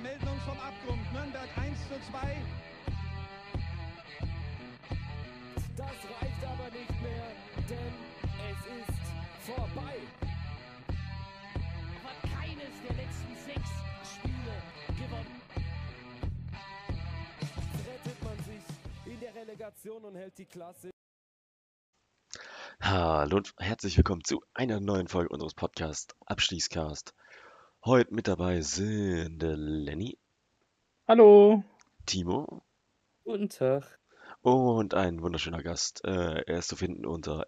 melden uns vom Abgrund. Nürnberg 1:2. Das reicht aber nicht mehr, denn es ist vorbei. Hat keines der letzten 6 Spiele gewonnen. Rettet man sich in der Relegation und hält die Klasse. Hallo und herzlich willkommen zu einer neuen Folge unseres Podcasts Abstiegscast. Heute mit dabei sind der Lenny, Hallo. Timo Guten Tag. und ein wunderschöner Gast. Er ist zu finden unter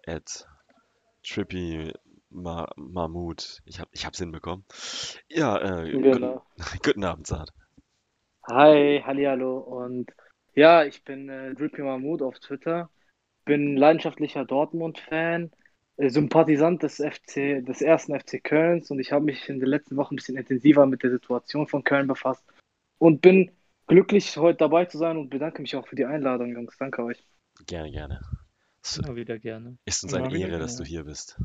@trippy_mahmood. Ich hab's hinbekommen. Ja, Genau. guten Abend, Saad. Hi, hallihallo. Und ja, ich bin Drippy Mahmood auf Twitter. Bin leidenschaftlicher Dortmund-Fan, Sympathisant des ersten FC Kölns, und ich habe mich in den letzten Wochen ein bisschen intensiver mit der Situation von Köln befasst und bin glücklich, heute dabei zu sein, und bedanke mich auch für die Einladung, Jungs. Danke euch. Gerne, gerne. Es Immer wieder gerne. ist uns Immer eine wieder Ehre, dass du gerne. hier bist.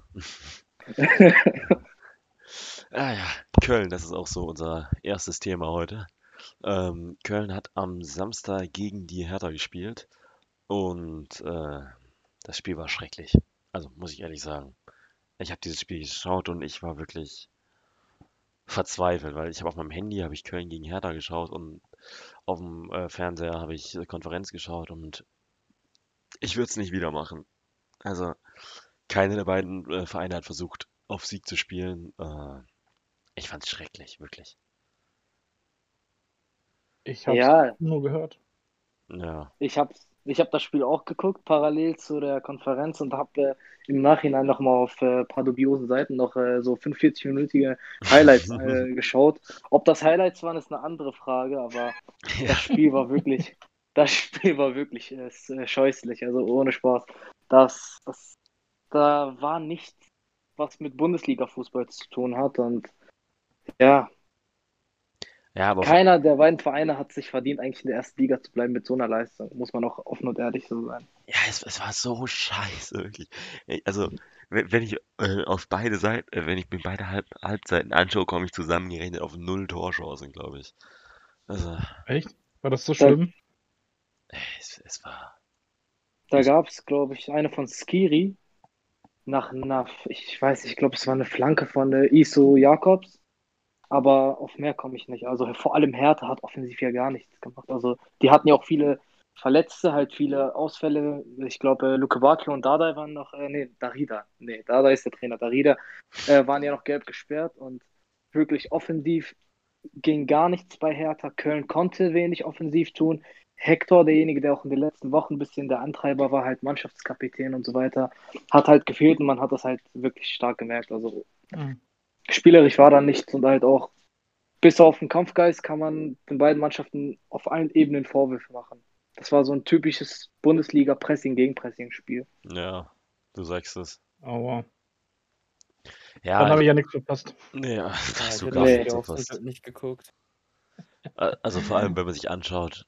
Ja, Köln, das ist auch so unser erstes Thema heute. Köln hat am Samstag gegen die Hertha gespielt und das Spiel war schrecklich. Also muss ich ehrlich sagen. Ich habe dieses Spiel geschaut und ich war wirklich verzweifelt, weil ich habe auf meinem Handy habe ich Köln gegen Hertha geschaut und auf dem Fernseher habe ich Konferenz geschaut und ich würde es nicht wieder machen. Also keine der beiden Vereine hat versucht, auf Sieg zu spielen. Ich fand es schrecklich, wirklich. Ich habe es Ja, nur gehört. Ja, Ich hab das Spiel auch geguckt, parallel zu der Konferenz, und habe im Nachhinein nochmal auf ein paar dubiosen Seiten noch so 45-minütige Highlights geschaut. Ob das Highlights waren, ist eine andere Frage, aber ja, das Spiel war wirklich scheußlich, also ohne Spaß. Da war nichts, was mit Bundesliga-Fußball zu tun hat, und ja, ja, aber keiner der beiden Vereine hat sich verdient, eigentlich in der ersten Liga zu bleiben mit so einer Leistung. Muss man auch offen und ehrlich so sein. ja, es war so scheiße, wirklich. Also, wenn ich auf beide Seiten, wenn ich mir beide Halbzeiten anschaue, komme ich zusammengerechnet auf 0 Torchancen, glaube ich. Also, Echt? War das so Da, schlimm? es war. da Ich, gab es, glaube ich, eine von Skiri ich weiß nicht, ich glaube, es war eine Flanke von Iso Jakobs, aber auf mehr komme ich nicht. Also vor allem Hertha hat offensiv ja gar nichts gemacht. Also die hatten ja auch viele Verletzte, halt viele Ausfälle. Ich glaube, Luke Bacchio und Dardai waren noch, nee, Darida. Nee, Dardai ist der Trainer. Darida waren ja noch gelb gesperrt, und wirklich offensiv ging gar nichts bei Hertha. Köln konnte wenig offensiv tun. Hector, derjenige, der auch in den letzten Wochen ein bisschen der Antreiber war, halt Mannschaftskapitän und so weiter, hat halt gefehlt, und man hat das halt wirklich stark gemerkt. Also Hm. spielerisch war da nichts, und halt auch bis auf den Kampfgeist kann man den beiden Mannschaften auf allen Ebenen Vorwürfe machen. Das war so ein typisches Bundesliga-Pressing-Gegenpressing-Spiel. ja, du sagst es. Aua. Ja, Dann habe ich ja nichts verpasst. nee, da ja, hast ich du habe gar das Nee. Spiel nichts auch verpasst. nicht geguckt. Also vor allem, wenn man sich anschaut,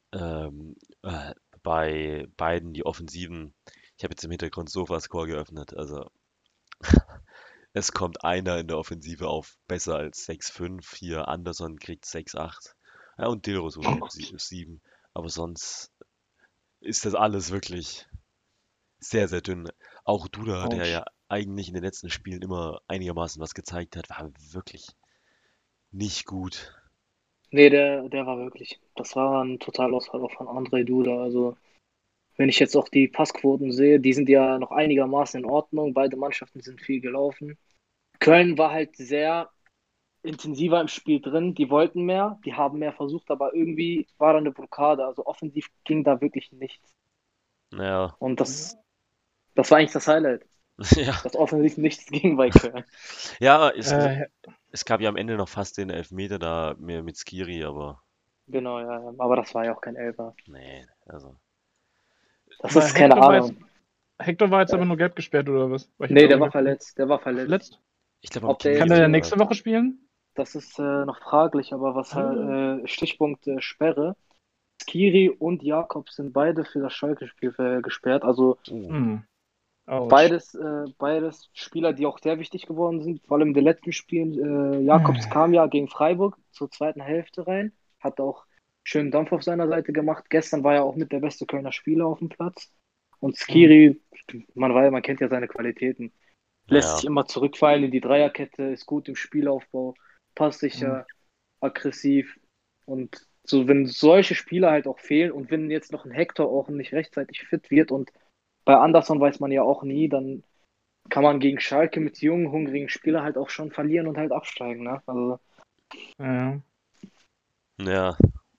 bei beiden die Offensiven, ich habe jetzt im Hintergrund Sofascore geöffnet, also es kommt einer in der Offensive auf besser als 6,5, hier Anderson kriegt 6,8, ja, und Dilrosun 7, aber sonst ist das alles wirklich sehr, sehr dünn. Auch Duda, der Autsch. ja eigentlich in den letzten Spielen immer einigermaßen was gezeigt hat, war wirklich nicht gut. Nee, der war wirklich. Das war ein Totalausfall auch von André Duda. Also, wenn ich jetzt auch die Passquoten sehe, die sind ja noch einigermaßen in Ordnung. Beide Mannschaften sind viel gelaufen. Köln war halt sehr intensiver im Spiel drin. Die wollten mehr, die haben mehr versucht, aber irgendwie war da eine Blockade. Also offensiv ging da wirklich nichts. Naja, Und das war eigentlich das Highlight, ja, dass offensiv nichts ging bei Köln. ja, Äh, es gab ja am Ende noch fast den Elfmeter da mit Skiri, aber Genau, ja, ja. Aber das war ja auch kein Elfer. nee, also. Das aber ist keine Ahnung. Hector war jetzt aber nur gelb gesperrt, oder was? War ich jetzt Nee, auch der nicht war aufgepasst. verletzt. Der war verletzt. Verletzt? Ich glaube am Ob der Kann jetzt, der Knie nächste oder. Woche spielen? das ist noch fraglich, aber was Ah. Stichpunkt Sperre. Skiri und Jakob sind beide für das Schalke-Spiel gesperrt. Also Hm. Autsch. beides Spieler, die auch sehr wichtig geworden sind. Vor allem in den letzten Spielen. Jakobs kam ja gegen Freiburg zur zweiten Hälfte rein, hat auch schön Dampf auf seiner Seite gemacht. Gestern war er auch mit der beste Kölner Spieler auf dem Platz. Und Skiri, man kennt ja seine Qualitäten. Lässt Ja, sich immer zurückfallen in die Dreierkette, ist gut im Spielaufbau, passsicher, aggressiv. Und so, wenn solche Spieler halt auch fehlen und wenn jetzt noch ein Hector auch nicht rechtzeitig fit wird und bei Anderson weiß man ja auch nie, dann kann man gegen Schalke mit jungen, hungrigen Spielern halt auch schon verlieren und halt absteigen, ne? Also, Ja. ja,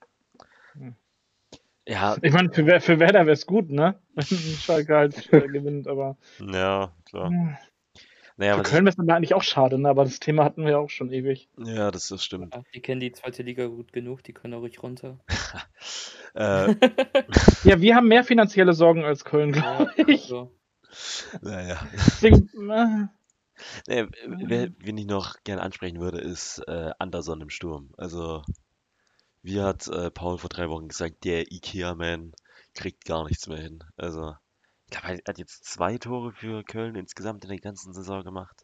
ja, Ich meine, für Werder wäre es gut, ne? Wenn Schalke halt gewinnt, aber ja, klar. hm, Naja, für was Köln wäre es dann eigentlich auch schade, ne? Aber das Thema hatten wir ja auch schon ewig. ja, das stimmt. Ja, die kennen die zweite Liga gut genug, die können auch ruhig runter. Äh, Ja, wir haben mehr finanzielle Sorgen als Köln, glaube Ja, ich. so. naja. Deswegen, Nee, wen ich noch gerne ansprechen würde, ist Anderson im Sturm. Also, wie hat Paul vor 3 Wochen gesagt, der IKEA-Man kriegt gar nichts mehr hin. Also, ich glaube, er hat jetzt 2 Tore für Köln insgesamt in der ganzen Saison gemacht.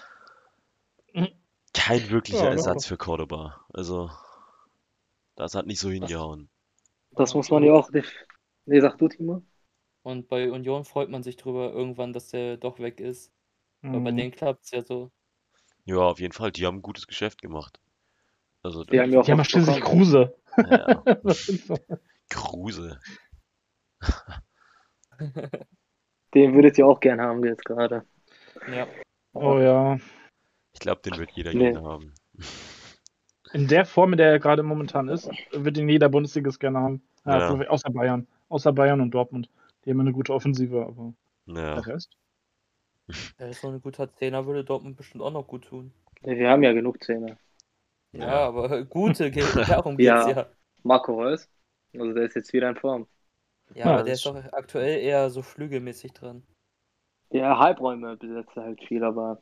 Kein wirklicher Ja, Ersatz für Cordoba. Also, das hat nicht so hingehauen. das muss man ja auch. Nee, sag du, Timo. Und bei Union freut man sich drüber irgendwann, dass der doch weg ist. Aber bei denen klappt es ja so. Ja, auf jeden Fall, die haben ein gutes Geschäft gemacht. Also, Die haben ja auch die haben ja was schließlich bekommen. Kruse. ja, Das ist so. Kruse. Den würdet ihr auch gern haben jetzt gerade. Ja. Oh ja. Ich glaube, den wird jeder Nee. gerne haben. In der Form, in der er gerade momentan ist, wird ihn jeder Bundesligist gerne haben. Ja, Ja. außer Bayern. Außer Bayern und Dortmund. Die haben eine gute Offensive, aber Ja. der Rest? Ja, so ein guter Zehner würde Dortmund bestimmt auch noch gut tun. Nee, wir haben ja genug Zähne. Ja, Ja. aber gute, darum geht's Ja. ja. Marco Reus, also der ist jetzt wieder in Form. Ja, Ja, aber der das ist doch aktuell eher so flügelmäßig dran. Ja, Halbräume besetzt er halt viel, aber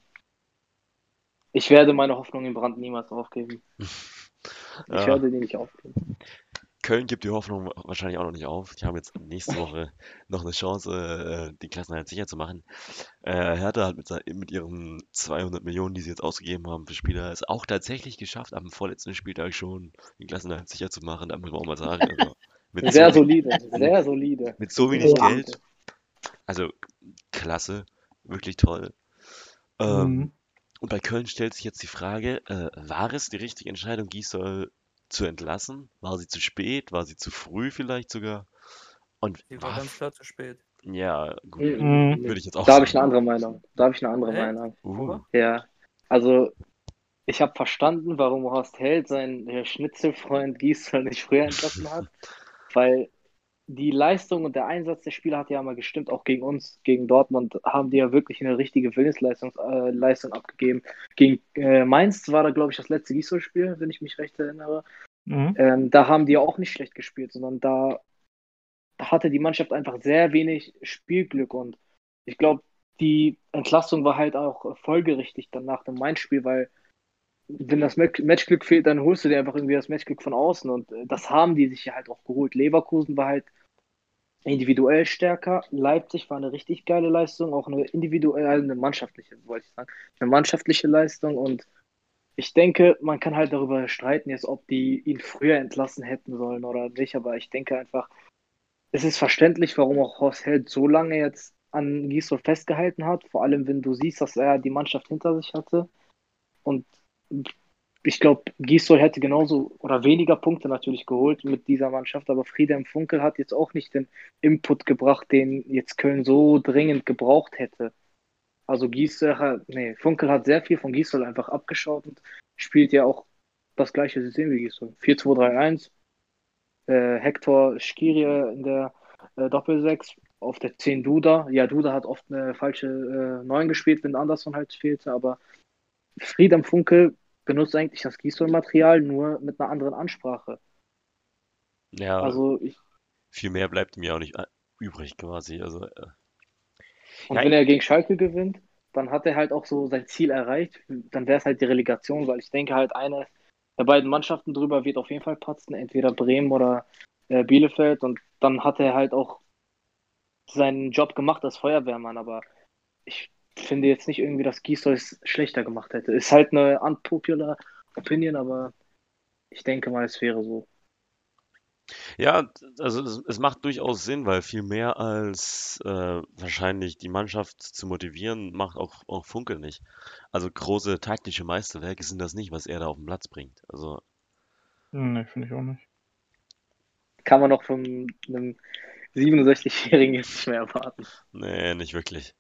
ich werde meine Hoffnung in Brand niemals aufgeben. Ich Ja. werde die nicht aufgeben. Köln gibt die Hoffnung wahrscheinlich auch noch nicht auf. Die haben jetzt nächste Woche noch eine Chance, die Klassenerhalt sicher zu machen. Hertha hat mit ihren 200 Millionen, die sie jetzt ausgegeben haben für Spieler, es auch tatsächlich geschafft, am vorletzten Spieltag schon die Klassenerhalt sicher zu machen. Da muss man auch mal sagen. Also mit Sehr so, solide, sehr solide. mit so wenig Ja. Geld. Also klasse, wirklich toll. Mhm. Und bei Köln stellt sich jetzt die Frage, war es die richtige Entscheidung, Gisdol zu entlassen? War sie zu spät? War sie zu früh vielleicht sogar? Und Die war ganz klar zu spät. ja, gut, Mhm. würde ich jetzt auch Da habe ich sagen. eine andere Meinung. Da habe ich eine andere Echt? Meinung. Uh, Ja, also ich habe verstanden, warum Horst Held seinen Schnitzelfreund Gisdol nicht früher entlassen hat, weil die Leistung und der Einsatz der Spieler hat ja mal gestimmt, auch gegen uns, gegen Dortmund, haben die ja wirklich eine richtige Willensleistung Leistung abgegeben. Gegen Mainz war da, glaube ich, das letzte Gisdol-Spiel, wenn ich mich recht erinnere. Mhm. Da haben die ja auch nicht schlecht gespielt, sondern da hatte die Mannschaft einfach sehr wenig Spielglück und ich glaube, die Entlassung war halt auch folgerichtig dann nach dem Mainz-Spiel, weil wenn das Matchglück fehlt, dann holst du dir einfach irgendwie das Matchglück von außen und das haben die sich ja halt auch geholt. Leverkusen war halt individuell stärker. Leipzig war eine richtig geile Leistung, auch eine mannschaftliche, wollte ich sagen, eine mannschaftliche Leistung und ich denke, man kann halt darüber streiten jetzt, ob die ihn früher entlassen hätten sollen oder nicht, aber ich denke einfach, es ist verständlich, warum auch Horst Held so lange jetzt an Gisdol festgehalten hat, vor allem wenn du siehst, dass er die Mannschaft hinter sich hatte und ich glaube, Gisdol hätte genauso oder weniger Punkte natürlich geholt mit dieser Mannschaft, aber Friedhelm Funkel hat jetzt auch nicht den Input gebracht, den jetzt Köln so dringend gebraucht hätte. Also Funkel hat sehr viel von Gisdol einfach abgeschaut und spielt ja auch das gleiche System wie Gisdol. 4-2-3-1, Hector Skiri in der Doppel-6, auf der 10 Duda. Ja, Duda hat oft eine falsche 9 gespielt, wenn Anderson halt fehlte, aber Friedhelm Funkel benutzt eigentlich das Gisdol-Material nur mit einer anderen Ansprache. ja, Also viel mehr bleibt ihm ja auch nicht übrig quasi. Also, und ja, wenn er gegen Schalke gewinnt, dann hat er halt auch so sein Ziel erreicht. Dann wäre es halt die Relegation, weil ich denke halt, eine der beiden Mannschaften drüber wird auf jeden Fall patzen, entweder Bremen oder Bielefeld. Und dann hat er halt auch seinen Job gemacht als Feuerwehrmann. Aber ich finde jetzt nicht irgendwie, dass Gisdol es schlechter gemacht hätte. Ist halt eine unpopular Opinion, aber ich denke mal, es wäre so. Ja, also es macht durchaus Sinn, weil viel mehr als wahrscheinlich die Mannschaft zu motivieren, macht auch Funkel nicht. Also große taktische Meisterwerke sind das nicht, was er da auf den Platz bringt. Also, Nee, finde ich auch nicht. Kann man noch von einem 67-Jährigen jetzt nicht mehr erwarten. nee, nicht wirklich.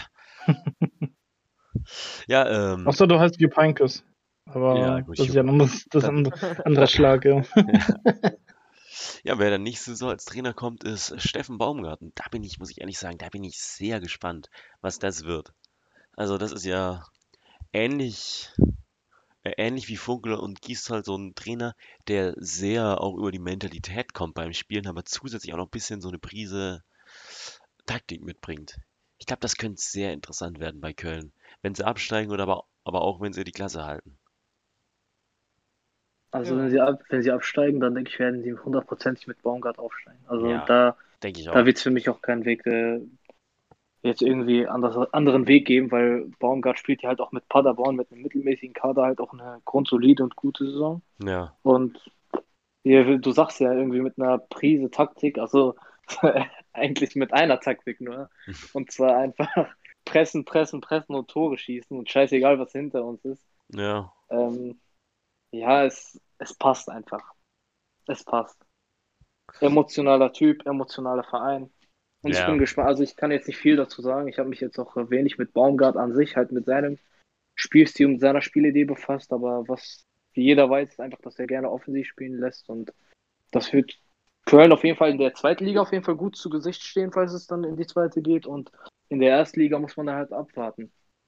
Ja, Außer du heißt Jupp Heynckes. ja, Aber gut, das ist ja ein anderer Schlag, ja. ja, wer dann nächste Saison als Trainer kommt, ist Steffen Baumgarten. Muss ich ehrlich sagen, da bin ich sehr gespannt, was das wird. Also, das ist ja ähnlich, ähnlich wie Vogel und Gießt halt so ein Trainer, der sehr auch über die Mentalität kommt beim Spielen, aber zusätzlich auch noch ein bisschen so eine Prise Taktik mitbringt. Ich glaube, das könnte sehr interessant werden bei Köln, wenn sie absteigen oder aber auch wenn sie die Klasse halten. Also Ja. wenn sie absteigen, dann denke ich, werden sie 100%ig mit Baumgart aufsteigen. Also Ja, denke ich da auch. wird es für mich auch keinen Weg jetzt irgendwie anderen Weg geben, weil Baumgart spielt ja halt auch mit Paderborn, mit einem mittelmäßigen Kader halt auch eine grundsolide und gute Saison. Ja, Und du sagst ja irgendwie mit einer Prise Taktik, also eigentlich mit einer Taktik nur. Und zwar einfach pressen, pressen, pressen und Tore schießen und scheißegal, was hinter uns ist. ja, Ähm, ja, es passt einfach. Es passt. Emotionaler Typ, emotionaler Verein. Und ich bin ja, gespannt, also ich kann jetzt nicht viel dazu sagen. Ich habe mich jetzt auch wenig mit Baumgart an sich, halt mit seinem Spielstil und seiner Spielidee befasst, aber was wie jeder weiß, ist einfach, dass er gerne offensiv spielen lässt und das wird Köln auf jeden Fall in der zweiten Liga auf jeden Fall gut zu Gesicht stehen, falls es dann in die zweite geht und in der ersten Liga muss man da halt abwarten.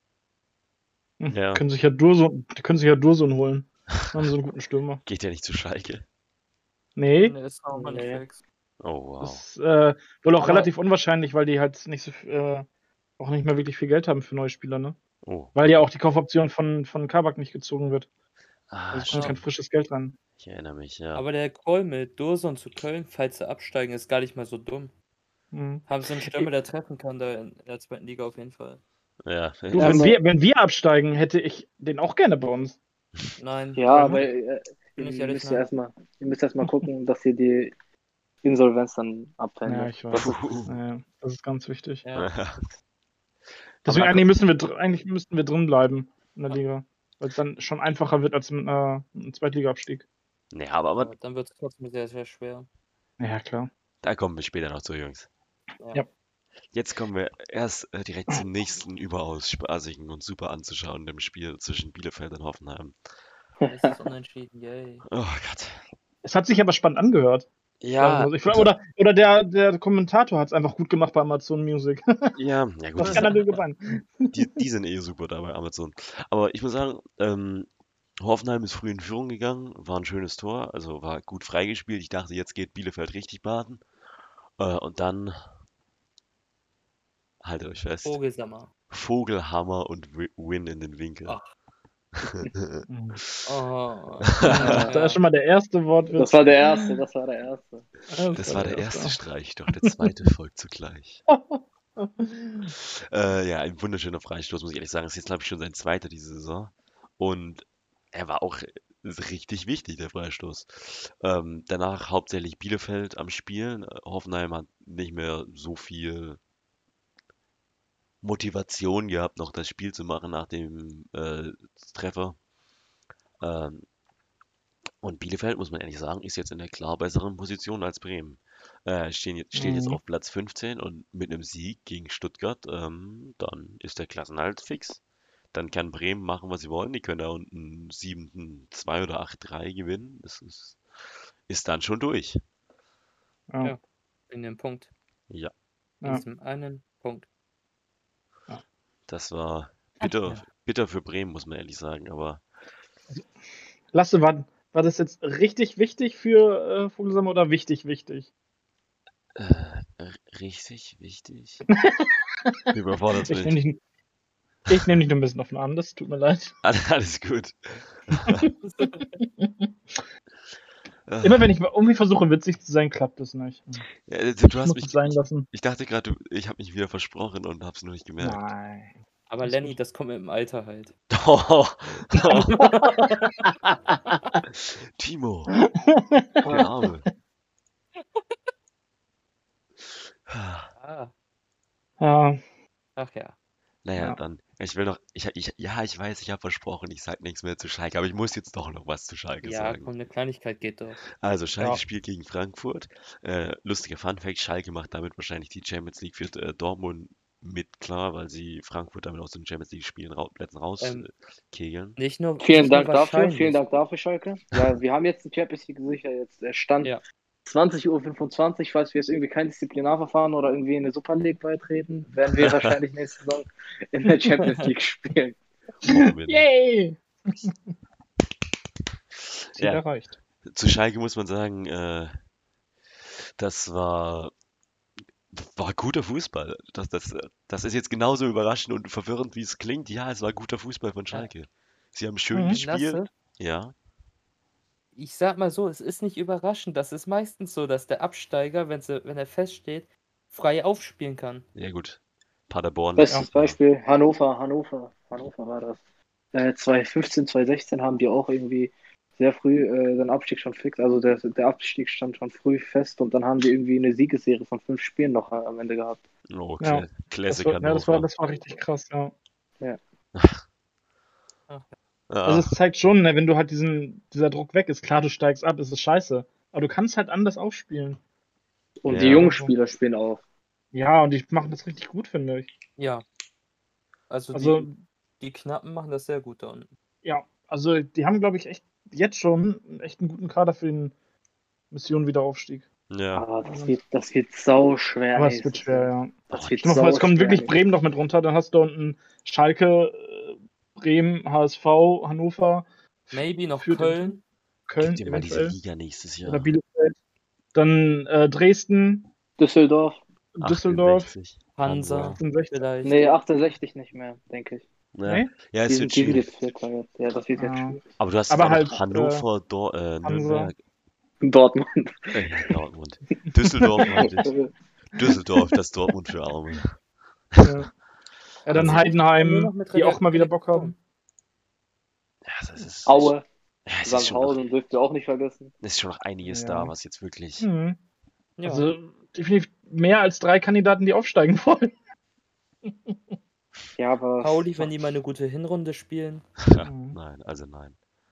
ja. Die können sich ja Dursun holen. Haben so einen guten Stürmer. Geht ja nicht zu Schalke. Nee, Nee, ist auch mal nicht Nee. fix. Oh, wow. das ist wohl auch Aber- relativ unwahrscheinlich, weil die halt nicht so auch nicht mehr wirklich viel Geld haben für neue Spieler, ne? Oh, Weil ja auch die Kaufoption von Kabak nicht gezogen wird. Also kommt kein stimmt. frisches Geld rein. Ich erinnere mich, ja. Aber der Call mit Dursun zu Köln, falls sie absteigen, ist gar nicht mal so dumm. Mhm. Haben sie einen Stürmer, der treffen kann, da in der zweiten Liga auf jeden Fall. Ja, Du, Also- wenn wir absteigen, hätte ich den auch gerne bei uns. Nein. Ja, Ja. aber Bin ich ihr ehrlich, müsst ja nein. erstmal gucken, dass ihr die Insolvenz dann abwendet. Ja, ich weiß. Ja, das ist ganz wichtig. Ja. Deswegen Aber- eigentlich müssten wir drin bleiben in der Liga. Weil es dann schon einfacher wird als mit einem Zweitliga-Abstieg. Nee, aber Dann wird es trotzdem sehr, sehr schwer. Ja, klar. da kommen wir später noch zu, Jungs. Ja. Jetzt kommen wir erst direkt zum nächsten überaus spaßigen und super anzuschauenden Spiel zwischen Bielefeld und Hoffenheim. Es ist unentschieden, yay. Oh Gott. Es hat sich aber spannend angehört. Ja, Oder der Kommentator hat es einfach gut gemacht bei Amazon Music. ja gut, Das kann natürlich sein. die sind eh super da bei Amazon. Aber ich muss sagen, Hoffenheim ist früh in Führung gegangen, war ein schönes Tor, also war gut freigespielt. Ich dachte, jetzt geht Bielefeld richtig baden. Und dann, haltet euch fest, Vogelsammer. Vogelhammer und Win in den Winkel. Ach. Oh. Da ist schon mal der erste Wortwitz. Das war der erste. Das war der erste Streich, doch der zweite folgt zugleich. Ja, ein wunderschöner Freistoß, muss ich ehrlich sagen. Das ist jetzt, glaube ich, schon sein zweiter diese Saison. Und er war auch richtig wichtig, der Freistoß. Danach hauptsächlich Bielefeld am Spielen. Hoffenheim hat nicht mehr so viel Motivation gehabt, noch das Spiel zu machen nach dem Treffer. Und Bielefeld, muss man ehrlich sagen, ist jetzt in der klar besseren Position als Bremen. Steht jetzt auf Platz 15 und mit einem Sieg gegen Stuttgart, dann ist der Klassenerhalt fix. Dann kann Bremen machen, was sie wollen. Die können da unten 7-2 oder 8-3 gewinnen. Das ist dann schon durch. Ja. In dem Punkt. Ja, In Ja. diesem einen Punkt. das war bitter für Bremen, muss man ehrlich sagen. Aber Lasse, war das jetzt richtig wichtig für Vogelsammer oder wichtig? richtig wichtig. Überfordert Ich mich. nehme dich nur ein bisschen auf den Arm, das tut mir leid. Alles gut. Immer wenn ich mal irgendwie versuche, witzig zu sein, klappt das nicht. Ja, du Ich hast muss mich. es sein lassen. Ich dachte gerade, ich habe mich wieder versprochen und habe es nur nicht gemerkt. Nein. Aber Alles Lenny, gut. das kommt mit dem Alter halt. Oh, Timo, der Arme. ich weiß, ich habe versprochen, ich sage nichts mehr zu Schalke, aber ich muss jetzt doch noch was zu Schalke Ja, sagen. komm, eine Kleinigkeit geht doch. Also, Schalke Ja. spielt gegen Frankfurt. Lustiger Funfact, Schalke macht damit wahrscheinlich die Champions League für Dortmund mit klar, weil sie Frankfurt damit aus den Champions League Spielen Plätzen rauskegeln. Nicht nur, Vielen nicht nur Dank dafür, wahrscheinlich. vielen Dank dafür, Schalke. Ja, wir haben jetzt die Champions League sicher jetzt. Stand Ja. 20:25 Uhr, falls wir jetzt irgendwie kein Disziplinarverfahren oder irgendwie in eine Super League beitreten, werden wir wahrscheinlich nächste Saison in der Champions League spielen. Yay! Ziel Ja, erreicht. zu Schalke muss man sagen, das war guter Fußball. Das ist jetzt genauso überraschend und verwirrend, wie es klingt. Ja, es war guter Fußball von Schalke. Sie haben schön gespielt. Lasse, Ja, ich sag mal so, es ist nicht überraschend. Das ist meistens so, dass der Absteiger, wenn er feststeht, frei aufspielen kann. ja gut. Paderborn. Bestes Beispiel, Hannover war das. 2015, 2016 haben die auch irgendwie sehr früh den Abstieg schon fix, also der Abstieg stand schon früh fest und dann haben die irgendwie eine Siegesserie von 5 Spielen noch am Ende gehabt. Oh, Ja. Classic Das Hannover. war richtig krass, ja. Ja. Also es zeigt schon, ne, wenn du halt dieser Druck weg ist, klar, du steigst ab, ist es scheiße. Aber du kannst halt anders aufspielen. Und Ja. die jungen Spieler spielen auch. Ja, und die machen das richtig gut, finde ich. Ja. Also Also, die Knappen machen das sehr gut da unten. ja, also die haben, glaube ich, echt jetzt schon echt einen guten Kader für den Mission Wiederaufstieg. Ja. Aber das wird sau schwer. Aber es wird schwer, ja. Das wird Stell dir mal vor, es kommt sauschwer. wirklich Bremen noch mit runter, dann hast du unten Schalke, Bremen, HSV, Hannover, Maybe noch für den- Köln. Köln Gib dir mal diese eventuell Liga nächstes oder Jahr. Bielefeld. Dann Dresden, Düsseldorf. Düsseldorf, 68. Hansa 68. vielleicht. Nee, 68 nicht mehr, denke ich. Ja, Nee? ja, es wird Die sind schwierig. jetzt Vierter jetzt. Ja, das wird jetzt Ah. schwierig. Aber du hast Aber auch halt, noch Hannover, Nürnberg, Dortmund. Dortmund. Düsseldorf meinte ich. Düsseldorf, das Dortmund für Arme. Ja, dann Also, nur Heidenheim, noch mit die auch mal wieder Bock haben. Ja, das ist. Aue, Ja, es ist schon noch, Sandhausen dürft ihr auch nicht vergessen. es ist schon noch einiges Ja. da, was jetzt wirklich. Mhm. Ja. Also definitiv mehr als 3 Kandidaten, die aufsteigen wollen. Ja, aber Pauli, wenn die mal eine gute Hinrunde spielen. Mhm. Nein, also nein.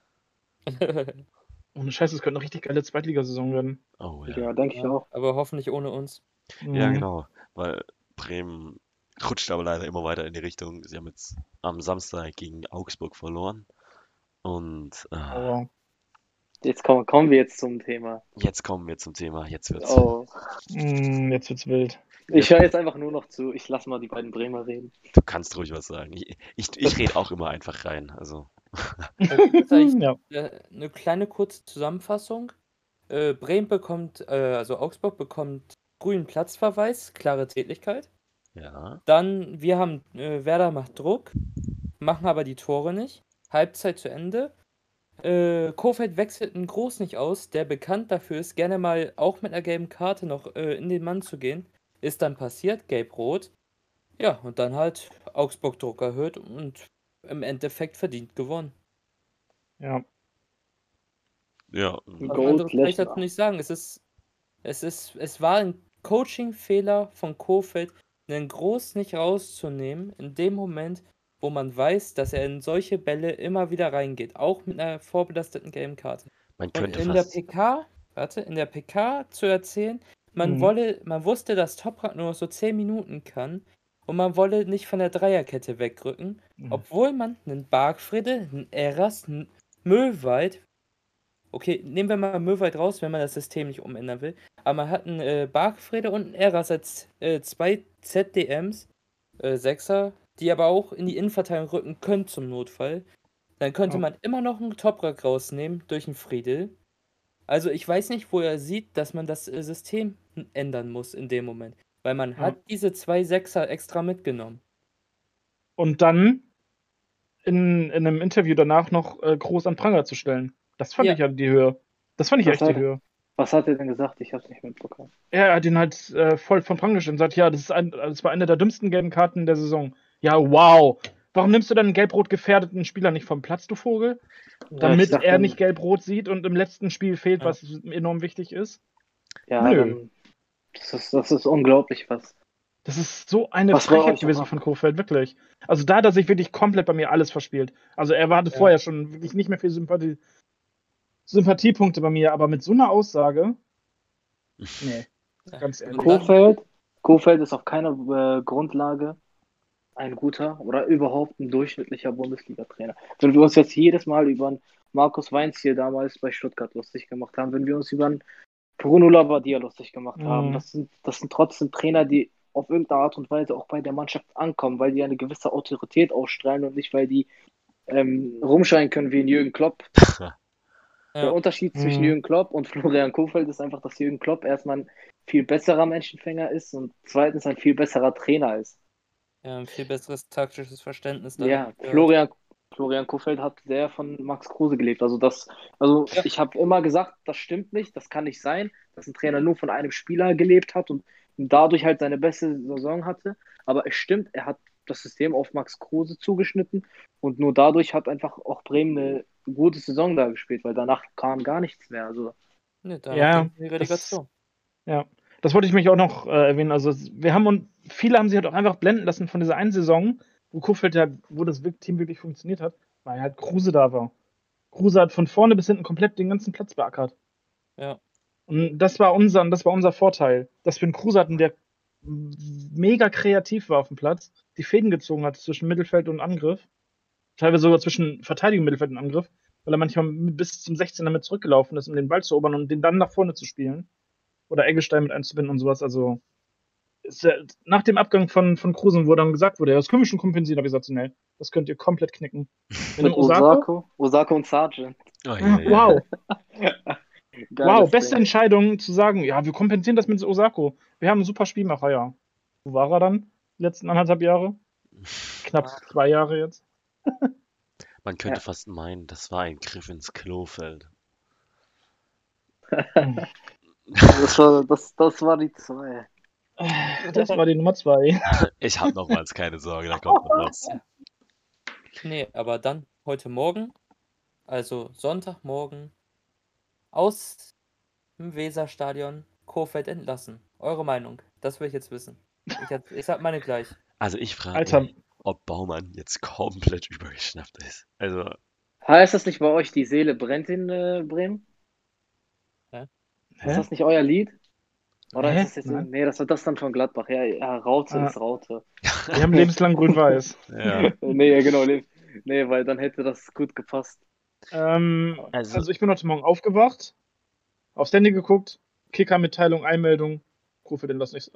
Ohne Scheiße, es könnte eine richtig geile Zweitligasaison werden. Oh ja. ja, denke ich auch. Aber hoffentlich ohne uns. Ja, Mhm. genau. Weil Bremen rutscht aber leider immer weiter in die Richtung. Sie haben jetzt am Samstag gegen Augsburg verloren. Und Aber Jetzt kommen wir jetzt zum Thema. jetzt kommen wir zum Thema. Jetzt wird's. Oh. jetzt wird's wild. Ich höre jetzt einfach nur noch zu. Ich lasse mal die beiden Bremer reden. Du kannst ruhig was sagen. Ich rede auch immer einfach rein. Also. Vielleicht Ja. eine kleine kurze Zusammenfassung. Bremen bekommt, also Augsburg bekommt grünen Platzverweis, klare Tätlichkeit. Ja. Dann, wir haben, Werder macht Druck, machen aber die Tore nicht. Halbzeit zu Ende. Kohfeldt wechselt einen Groß nicht aus, der bekannt dafür ist, gerne mal auch mit einer gelben Karte noch in den Mann zu gehen. Ist dann passiert, gelb-rot. Ja, und dann halt Augsburg Druck erhöht und im Endeffekt verdient gewonnen. Ja. Ja. Was Gold anderes kann ich Lechner. dazu nicht sagen. Es war ein Coaching-Fehler von Kohfeldt, einen Groß nicht rauszunehmen, in dem Moment, wo man weiß, dass er in solche Bälle immer wieder reingeht, auch mit einer vorbelasteten gelben Karte. Man Und könnte in der fast. PK zu erzählen, man wusste, dass Toprak nur noch so 10 Minuten kann und man wolle nicht von der Dreierkette wegrücken, obwohl man einen Bargfrede, einen Eras, einen Möwald, okay, nehmen wir mal Möwald raus, wenn man das System nicht umändern will, aber man hat einen Bargfrede und einen Eras als 2 ZDMs, Sechser, die aber auch in die Innenverteidigung rücken können zum Notfall. Dann könnte Ja. man immer noch einen Toprak rausnehmen durch einen Friedel. Also ich weiß nicht, wo er sieht, dass man das System ändern muss in dem Moment. Weil man hat diese 2 Sechser extra mitgenommen. Und dann in einem Interview danach noch groß an Pranger zu stellen. Das fand Ja. ich ja die Höhe. Das fand ich Was echt die hat- Höhe. Was hat er denn gesagt? Ich habe es nicht mitbekommen. Er hat ihn halt voll von Pranger gestellt und sagt, ja, das war eine der dümmsten gelben Karten der Saison. Ja, wow. Warum nimmst du dann einen gelb-rot gefährdeten Spieler nicht vom Platz, du Vogel? Damit ich dachte- er nicht gelb-rot sieht und im letzten Spiel fehlt, Ja. was enorm wichtig ist. Ja, Nö. dann, das ist unglaublich, was Das ist so eine Was war Frechheit euch gewesen aber- von Kofeld, wirklich. Also da hat er sich wirklich komplett bei mir alles verspielt. Also er hatte Ja. vorher schon wirklich nicht mehr viel Sympathiepunkte bei mir, aber mit so einer Aussage, nee, Ja. ganz ehrlich. Und dann- Kofeld ist auf keiner Grundlage ein guter oder überhaupt ein durchschnittlicher Bundesliga-Trainer. Wenn wir uns jetzt jedes Mal über einen Markus Weinziel damals bei Stuttgart lustig gemacht haben, wenn wir uns über einen Bruno Labbadia lustig gemacht haben, das sind trotzdem Trainer, die auf irgendeine Art und Weise auch bei der Mannschaft ankommen, weil die eine gewisse Autorität ausstrahlen und nicht, weil die rumschreien können wie ein Jürgen Klopp. Der Ja. Unterschied zwischen Mhm. Jürgen Klopp und Florian Kohfeldt ist einfach, dass Jürgen Klopp erstmal ein viel besserer Menschenfänger ist und zweitens ein viel besserer Trainer ist. Ja, ein viel besseres taktisches Verständnis Ja, dahinter. Florian Kohfeldt hat sehr von Max Kruse gelebt. Also Ja. ich habe immer gesagt, das stimmt nicht, das kann nicht sein, dass ein Trainer nur von einem Spieler gelebt hat und dadurch halt seine beste Saison hatte. Aber es stimmt, er hat das System auf Max Kruse zugeschnitten und nur dadurch hat einfach auch Bremen eine gute Saison da gespielt, weil danach kam gar nichts mehr. Also Ne, danach Ja, ging die Relegation. Ja, das wollte ich mich auch noch erwähnen. Also viele haben sich halt auch einfach blenden lassen von dieser einen Saison, wo Kofeld wo das Team wirklich funktioniert hat, weil halt Kruse da war. Kruse hat von vorne bis hinten komplett den ganzen Platz beackert. Ja. Und das war unser Vorteil, dass wir einen Kruse hatten, der mega kreativ war auf dem Platz, die Fäden gezogen hat zwischen Mittelfeld und Angriff, teilweise sogar zwischen Verteidigung, Mittelfeld und Angriff, weil er manchmal bis zum 16 damit zurückgelaufen ist, um den Ball zu erobern und den dann nach vorne zu spielen. Oder Eggestein mit einzubinden und sowas. Also nach dem Abgang von Kruse, wo dann gesagt wurde, ja, das können wir schon kompensieren, habe ich gesagt, nee, das könnt ihr komplett knicken. Wenn mit Osako und Sargent. Oh, ja, ja. Wow, Geiles beste Ding. Entscheidung zu sagen, ja, wir kompensieren das mit Osako. Wir haben einen super Spielmacher, ja. Wo war er dann? Die letzten 1,5 Jahre? Knapp 2 Jahre jetzt. Man könnte Ja. fast meinen, das war ein Griff ins Klofeld. Das war die 2. Das war die Nummer 2. Ich hab nochmals keine Sorge, da kommt noch was. Nee, aber dann heute Morgen, also Sonntagmorgen, aus dem Weserstadion Kohfeldt entlassen. Eure Meinung? Das will ich jetzt wissen. Ich sag meine gleich. Also ich frage Alter. mich, ob Baumann jetzt komplett übergeschnappt ist. Also, Heißt das nicht bei euch, die Seele brennt in Bremen? Ist das nicht euer Lied? Oder Hä? ist das jetzt. Nein. Nee, das war das dann von Gladbach. Ja, Raute Ah. ist Raute. Wir haben lebenslang grün-weiß. ja. Nee, ja, genau. Nee, weil dann hätte das gut gepasst. Also ich bin heute Morgen aufgewacht, aufs Handy geguckt, Kicker-Mitteilung, Einmeldung, Rufe den das nicht.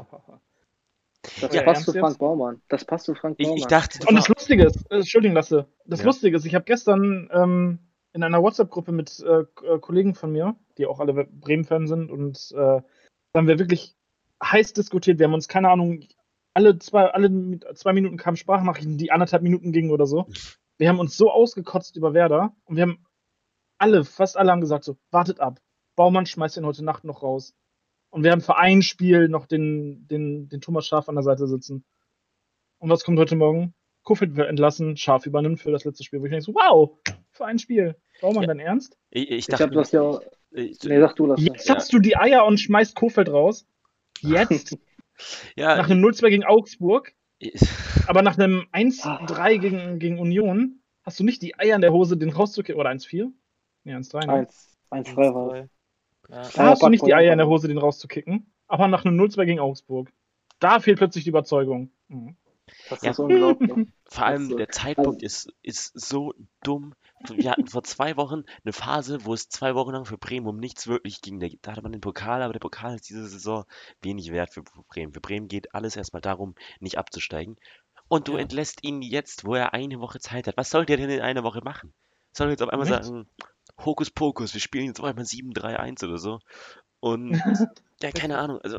Das Ja, passt ernst zu Frank jetzt? Baumann. Das passt zu Frank Baumann. Ich dachte, Und das Lustige ist, Entschuldigung, Lasse, das Ja. Lustige ist, ich habe gestern in einer WhatsApp-Gruppe mit Kollegen von mir, die auch alle Bremen-Fan sind, und da haben wir wirklich heiß diskutiert. Wir haben uns, keine Ahnung, alle zwei Minuten kamen Sprachnachrichten, die 1,5 Minuten gingen oder so. Wir haben uns so ausgekotzt über Werder und wir haben fast alle haben gesagt so, wartet ab, Baumann schmeißt ihn heute Nacht noch raus. Und wir haben für ein Spiel noch den Thomas Schaaf an der Seite sitzen. Und was kommt heute Morgen? Kofeld wird entlassen, Schaaf übernimmt für das letzte Spiel. Wo ich denke so, wow, für ein Spiel. Baumann, Ja. dein Ernst? ich Ich dachte, habe das ja auch. ich- Nee, sag du das. Jetzt hast du die Eier und schmeißt Kofeld raus. Jetzt? ja, Nach einem 0-2 gegen Augsburg, ich- aber nach einem 1-3 gegen Union hast du nicht die Eier in der Hose, den rauszukicken. Oder 1-4? Nee, 1-3. Ne? 1-3 war es. Ja. Da hast du nicht die Backball. Eier in der Hose, den rauszukicken. Aber nach einem 0-2 gegen Augsburg. Da fehlt plötzlich die Überzeugung. Mhm. Das Ja. ist unglaublich. vor allem Also, der Zeitpunkt ist so dumm. Wir hatten vor 2 Wochen eine Phase, wo es 2 Wochen lang für Bremen um nichts wirklich ging. Da hatte man den Pokal, aber der Pokal ist diese Saison wenig wert für Bremen. Für Bremen geht alles erstmal darum, nicht abzusteigen. Und du Ja. entlässt ihn jetzt, wo er eine Woche Zeit hat. Was soll der denn in einer Woche machen? Soll er jetzt auf einmal Nichts. sagen, Hokuspokus, wir spielen jetzt auf einmal 7-3-1 oder so? Und ja, keine Ahnung, also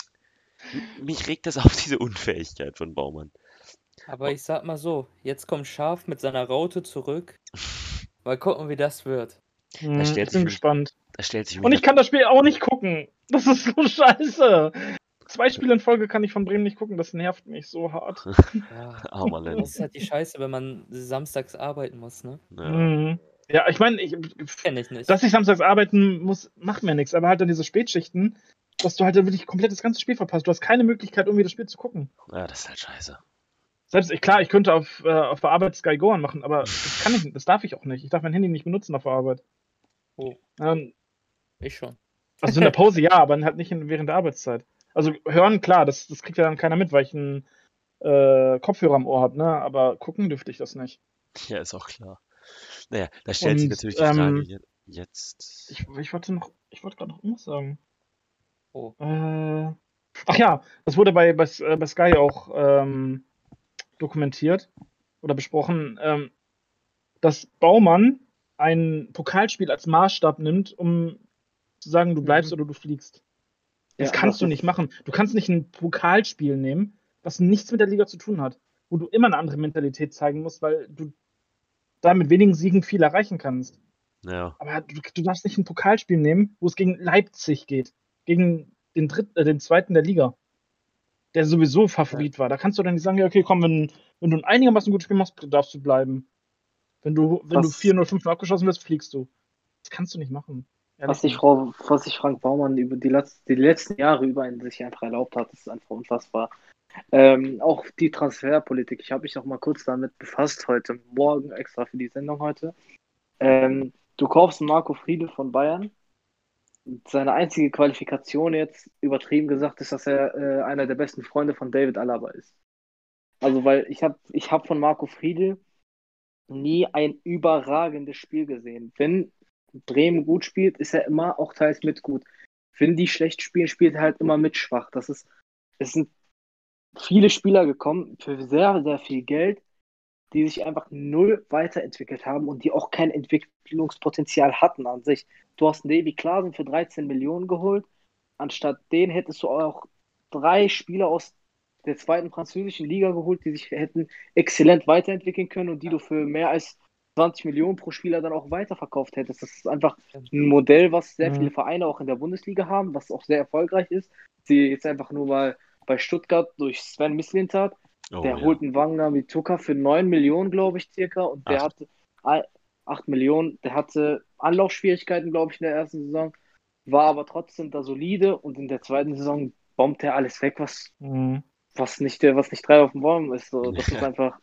mich regt das auf, diese Unfähigkeit von Baumann. Aber ich sag mal so, jetzt kommt Schaf mit seiner Raute zurück. Mal gucken, wie das wird. Mhm, stellt ich sich bin für mich- gespannt. Da stellt sich Und ich kann das Spiel auch nicht gucken. Das ist so scheiße. 2 Spiele in Folge kann ich von Bremen nicht gucken. Das nervt mich so hart. Ja, armer das Lenz. ist halt die Scheiße, wenn man samstags arbeiten muss, ne? Ja. Mhm. Ja, ich meine, Kenn ich nicht. dass ich samstags arbeiten muss, macht mir nichts. Aber halt dann diese Spätschichten. dass du halt wirklich komplett das ganze Spiel verpasst. Du hast keine Möglichkeit, irgendwie das Spiel zu gucken. Ja, das ist halt scheiße. Selbst, klar, ich könnte auf der Arbeit Sky Go anmachen, aber das kann ich nicht, das darf ich auch nicht. Ich darf mein Handy nicht benutzen auf der Arbeit. Oh, ich schon. Also in der Pause ja, aber halt nicht während der Arbeitszeit. Also hören, klar, das kriegt ja dann keiner mit, weil ich einen Kopfhörer am Ohr habe, ne? Aber gucken dürfte ich das nicht. Ja, ist auch klar. Naja, da stellt sich Und natürlich die Frage jetzt. ich wollte gerade noch irgendwas sagen. Oh. Ach ja, das wurde bei Sky auch dokumentiert oder besprochen, dass Baumann ein Pokalspiel als Maßstab nimmt, um zu sagen, du bleibst oder du fliegst. Das kannst du nicht machen. Du kannst nicht ein Pokalspiel nehmen, was nichts mit der Liga zu tun hat, wo du immer eine andere Mentalität zeigen musst, weil du da mit wenigen Siegen viel erreichen kannst. Ja. Aber du darfst nicht ein Pokalspiel nehmen, wo es gegen Leipzig geht, gegen den zweiten der Liga, der sowieso Favorit war. Da kannst du dann nicht sagen, ja, okay, komm, wenn du ein einigermaßen gutes Spiel machst, darfst du bleiben. Wenn du 4-0, 5-0 abgeschossen wirst, fliegst du. Das kannst du nicht machen. Was sich Frank Baumann über die letzten Jahre über sich einfach erlaubt hat, ist einfach unfassbar. Auch die Transferpolitik. Ich habe mich auch mal kurz damit befasst heute Morgen, extra für die Sendung heute. Du kaufst Marco Friedl von Bayern. Seine einzige Qualifikation jetzt, übertrieben gesagt, ist, dass er einer der besten Freunde von David Alaba ist. Also, weil ich hab von Marco Friedl nie ein überragendes Spiel gesehen. Wenn Bremen gut spielt, ist er immer auch teils mit gut. Wenn die schlecht spielen, spielt er halt immer mit schwach. Es sind viele Spieler gekommen für sehr, sehr viel Geld, die sich einfach null weiterentwickelt haben und die auch kein Entwicklungspotenzial hatten an sich. Du hast einen Davy Klaasen für 13 Millionen geholt. Anstatt den hättest du auch 3 Spieler aus der zweiten französischen Liga geholt, die sich hätten exzellent weiterentwickeln können und die du für mehr als 20 Millionen pro Spieler dann auch weiterverkauft hättest. Das ist einfach ein Modell, was sehr viele Vereine auch in der Bundesliga haben, was auch sehr erfolgreich ist. Sie jetzt einfach nur mal bei Stuttgart durch Sven Mislintat. Der holt einen Wagner Mituka für 9 Millionen, glaube ich, circa. Und der hatte 8 Millionen. Der hatte Anlaufschwierigkeiten, glaube ich, in der ersten Saison. War aber trotzdem da solide. Und in der zweiten Saison bombt er alles weg, was nicht 3 auf dem Baum ist. So, das ist einfach.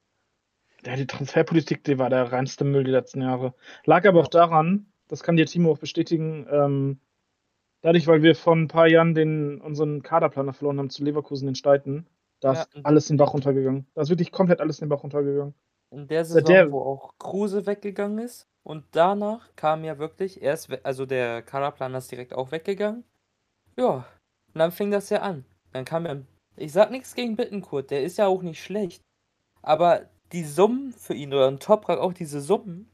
Ja, die Transferpolitik, die war der reinste Müll die letzten Jahre. Lag aber auch daran, das kann dir Timo auch bestätigen, dadurch, weil wir vor ein paar Jahren unseren Kaderplaner verloren haben zu Leverkusen in Steiten, da ist alles den Bach runtergegangen. Da ist wirklich komplett alles den Bach runtergegangen. In der Saison, wo auch Kruse weggegangen ist und danach kam ja wirklich also der Kaderplaner ist direkt auch weggegangen. Ja, und dann fing das ja an. Dann kam ja, ich sag nichts gegen Bittencourt, der ist ja auch nicht schlecht, aber die Summen für ihn oder ein Toprak auch diese Summen,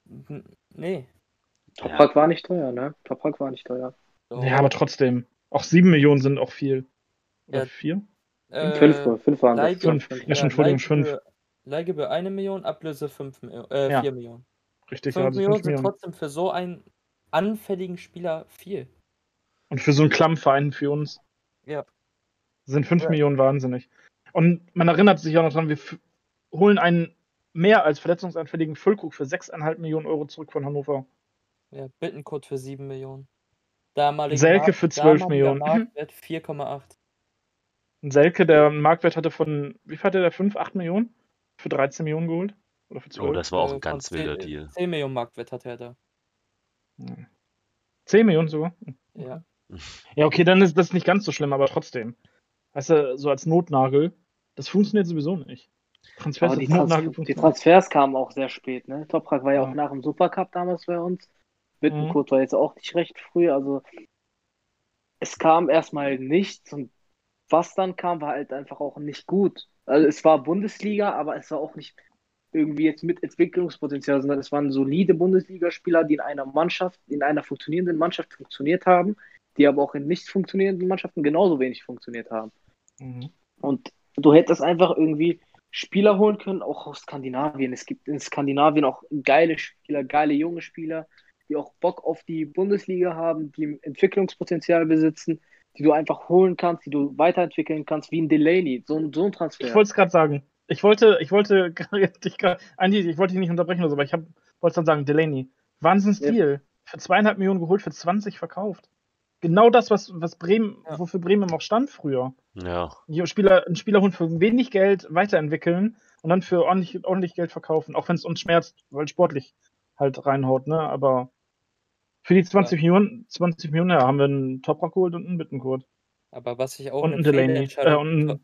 nee. Toprak war nicht teuer, ne? Toprak war nicht teuer. So. Ja, aber trotzdem. Auch 7 Millionen sind auch viel. Oder 4? 5 waren das. 5. Ja, schon, Entschuldigung, 5. Leihgebühr 1 Million, Ablöse 4 Millionen. Richtig, 5 also 5 Millionen sind Millionen. trotzdem für so einen anfälligen Spieler viel. Und für so einen Klammverein für uns Ja. sind 5 Millionen wahnsinnig. Und man erinnert sich auch noch dran, wir holen einen mehr als verletzungsanfälligen Füllkrug für 6,5 Millionen Euro zurück von Hannover. Ja, Bittencourt für 7 Millionen. Selke für 12 Millionen. Marktwert 4,8. Selke, der Marktwert hatte wie viel hatte der? 5, 8 Millionen? Für 13 Millionen geholt? Oder für 12? Oh, das war auch ein ganz wilder Deal. 10 Millionen Marktwert hatte er da. 10 Millionen sogar? Ja. Ja, okay, dann ist das nicht ganz so schlimm, aber trotzdem. Weißt du, so als Notnagel, das funktioniert sowieso nicht. Die Transfers kamen auch sehr spät, ne? Toprak war ja auch nach dem Supercup damals bei uns. Bittencourt war jetzt auch nicht recht früh, also es kam erstmal nichts und was dann kam, war halt einfach auch nicht gut. Also es war Bundesliga, aber es war auch nicht irgendwie jetzt mit Entwicklungspotenzial, sondern es waren solide Bundesligaspieler, die in einer funktionierenden Mannschaft funktioniert haben, die aber auch in nicht funktionierenden Mannschaften genauso wenig funktioniert haben. Und du hättest einfach irgendwie Spieler holen können, auch aus Skandinavien. Es gibt in Skandinavien auch geile Spieler, geile junge Spieler, die auch Bock auf die Bundesliga haben, die Entwicklungspotenzial besitzen, die du einfach holen kannst, die du weiterentwickeln kannst, wie ein Delaney, so ein Transfer. Ich wollte es gerade sagen. Ich wollte dich nicht unterbrechen oder so, aber wollte es dann sagen, Delaney. Wahnsinnsdeal. Für 2,5 Millionen geholt, für 20 verkauft. genau das, was Bremen, Ja. wofür Bremen auch stand früher. Ja. Einen Spielerhund für wenig Geld weiterentwickeln und dann für ordentlich Geld verkaufen, auch wenn es uns schmerzt, weil sportlich halt reinhaut, ne? Aber für die 20 Millionen, ja, haben wir einen Toprak geholt und einen Bittencourt. Aber was ich auch Und eine einen Delaney. Fehlentscheidung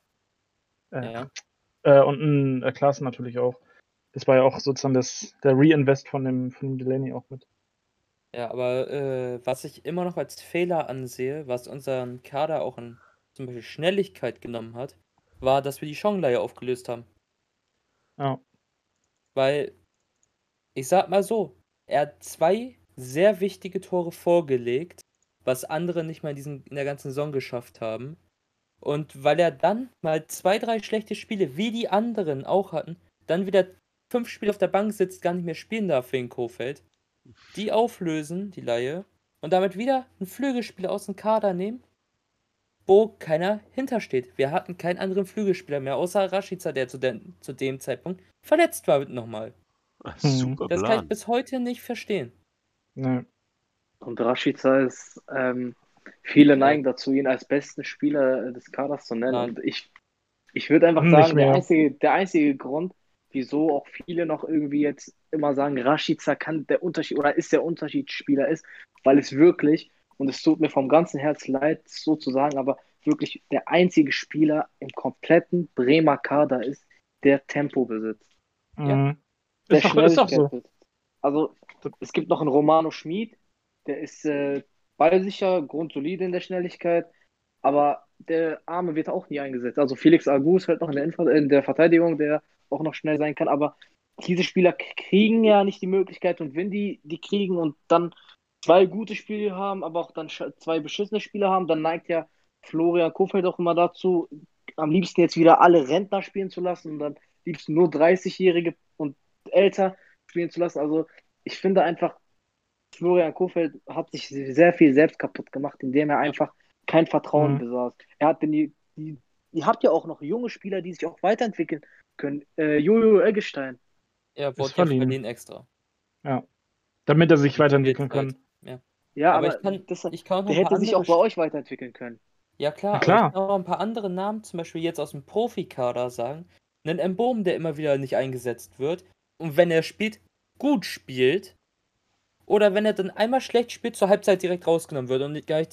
Und ja. einen Klaassen natürlich auch. Das war ja auch sozusagen der Reinvest von dem Delaney auch mit. Ja, aber was ich immer noch als Fehler ansehe, was unseren Kader auch in zum Beispiel Schnelligkeit genommen hat, war, dass wir die Schonleihe aufgelöst haben. Ja. Weil, ich sag mal so, er hat 2 sehr wichtige Tore vorgelegt, was andere nicht mal in der ganzen Saison geschafft haben. Und weil er dann mal 2, 3 schlechte Spiele, wie die anderen auch hatten, dann wieder 5 Spiele auf der Bank sitzt, gar nicht mehr spielen darf wegen Kofeld, die auflösen, die Leihe, und damit wieder einen Flügelspieler aus dem Kader nehmen, wo keiner hintersteht. Wir hatten keinen anderen Flügelspieler mehr, außer Rashica, der zu dem Zeitpunkt verletzt war nochmal. Super Das kann ich Plan. bis heute nicht verstehen. Ne. Und Rashica ist, viele neigen dazu, ihn als besten Spieler des Kaders zu nennen. Nein. Und ich würde einfach Nicht sagen, mehr. der einzige Grund, wieso auch viele noch irgendwie jetzt immer sagen, Rashica kann der Unterschied oder ist der Unterschiedsspieler ist, weil es wirklich, und es tut mir vom ganzen Herz leid, so zu sagen, aber wirklich der einzige Spieler im kompletten Bremer Kader ist, der Tempo besitzt. Mhm. Der Ist doch Schnelligkeit so. besitzt. Also, es gibt noch einen Romano Schmid, der ist ballsicher, grundsolide in der Schnelligkeit, aber der Arme wird auch nie eingesetzt. Also Felix Agu ist halt noch in der Verteidigung, der auch noch schnell sein kann, aber diese Spieler kriegen ja nicht die Möglichkeit, und wenn die kriegen und dann 2 gute Spiele haben, aber auch dann 2 beschissene Spiele haben, dann neigt ja Florian Kohfeldt auch immer dazu, am liebsten jetzt wieder alle Rentner spielen zu lassen und dann liebsten nur 30-Jährige und älter spielen zu lassen. Also ich finde einfach, Florian Kohfeldt hat sich sehr viel selbst kaputt gemacht, indem er einfach kein Vertrauen besaß. Er hat ihr habt ja auch noch junge Spieler, die sich auch weiterentwickeln können. Jojo Eggestein. Er wurde ja verliehen. verliehen extra. Ja. Damit er sich weiterentwickeln Spielzeit. kann. Ja, Aber aber ich kann auch noch der ein paar hätte sich auch andere bei euch weiterentwickeln können. Ja klar, Na aber klar. ich kann auch ein paar andere Namen, zum Beispiel jetzt aus dem Profikader sagen. Einen Mbom, der immer wieder nicht eingesetzt wird. Und wenn er spielt, gut spielt. Oder wenn er dann einmal schlecht spielt, zur Halbzeit direkt rausgenommen wird und gar nicht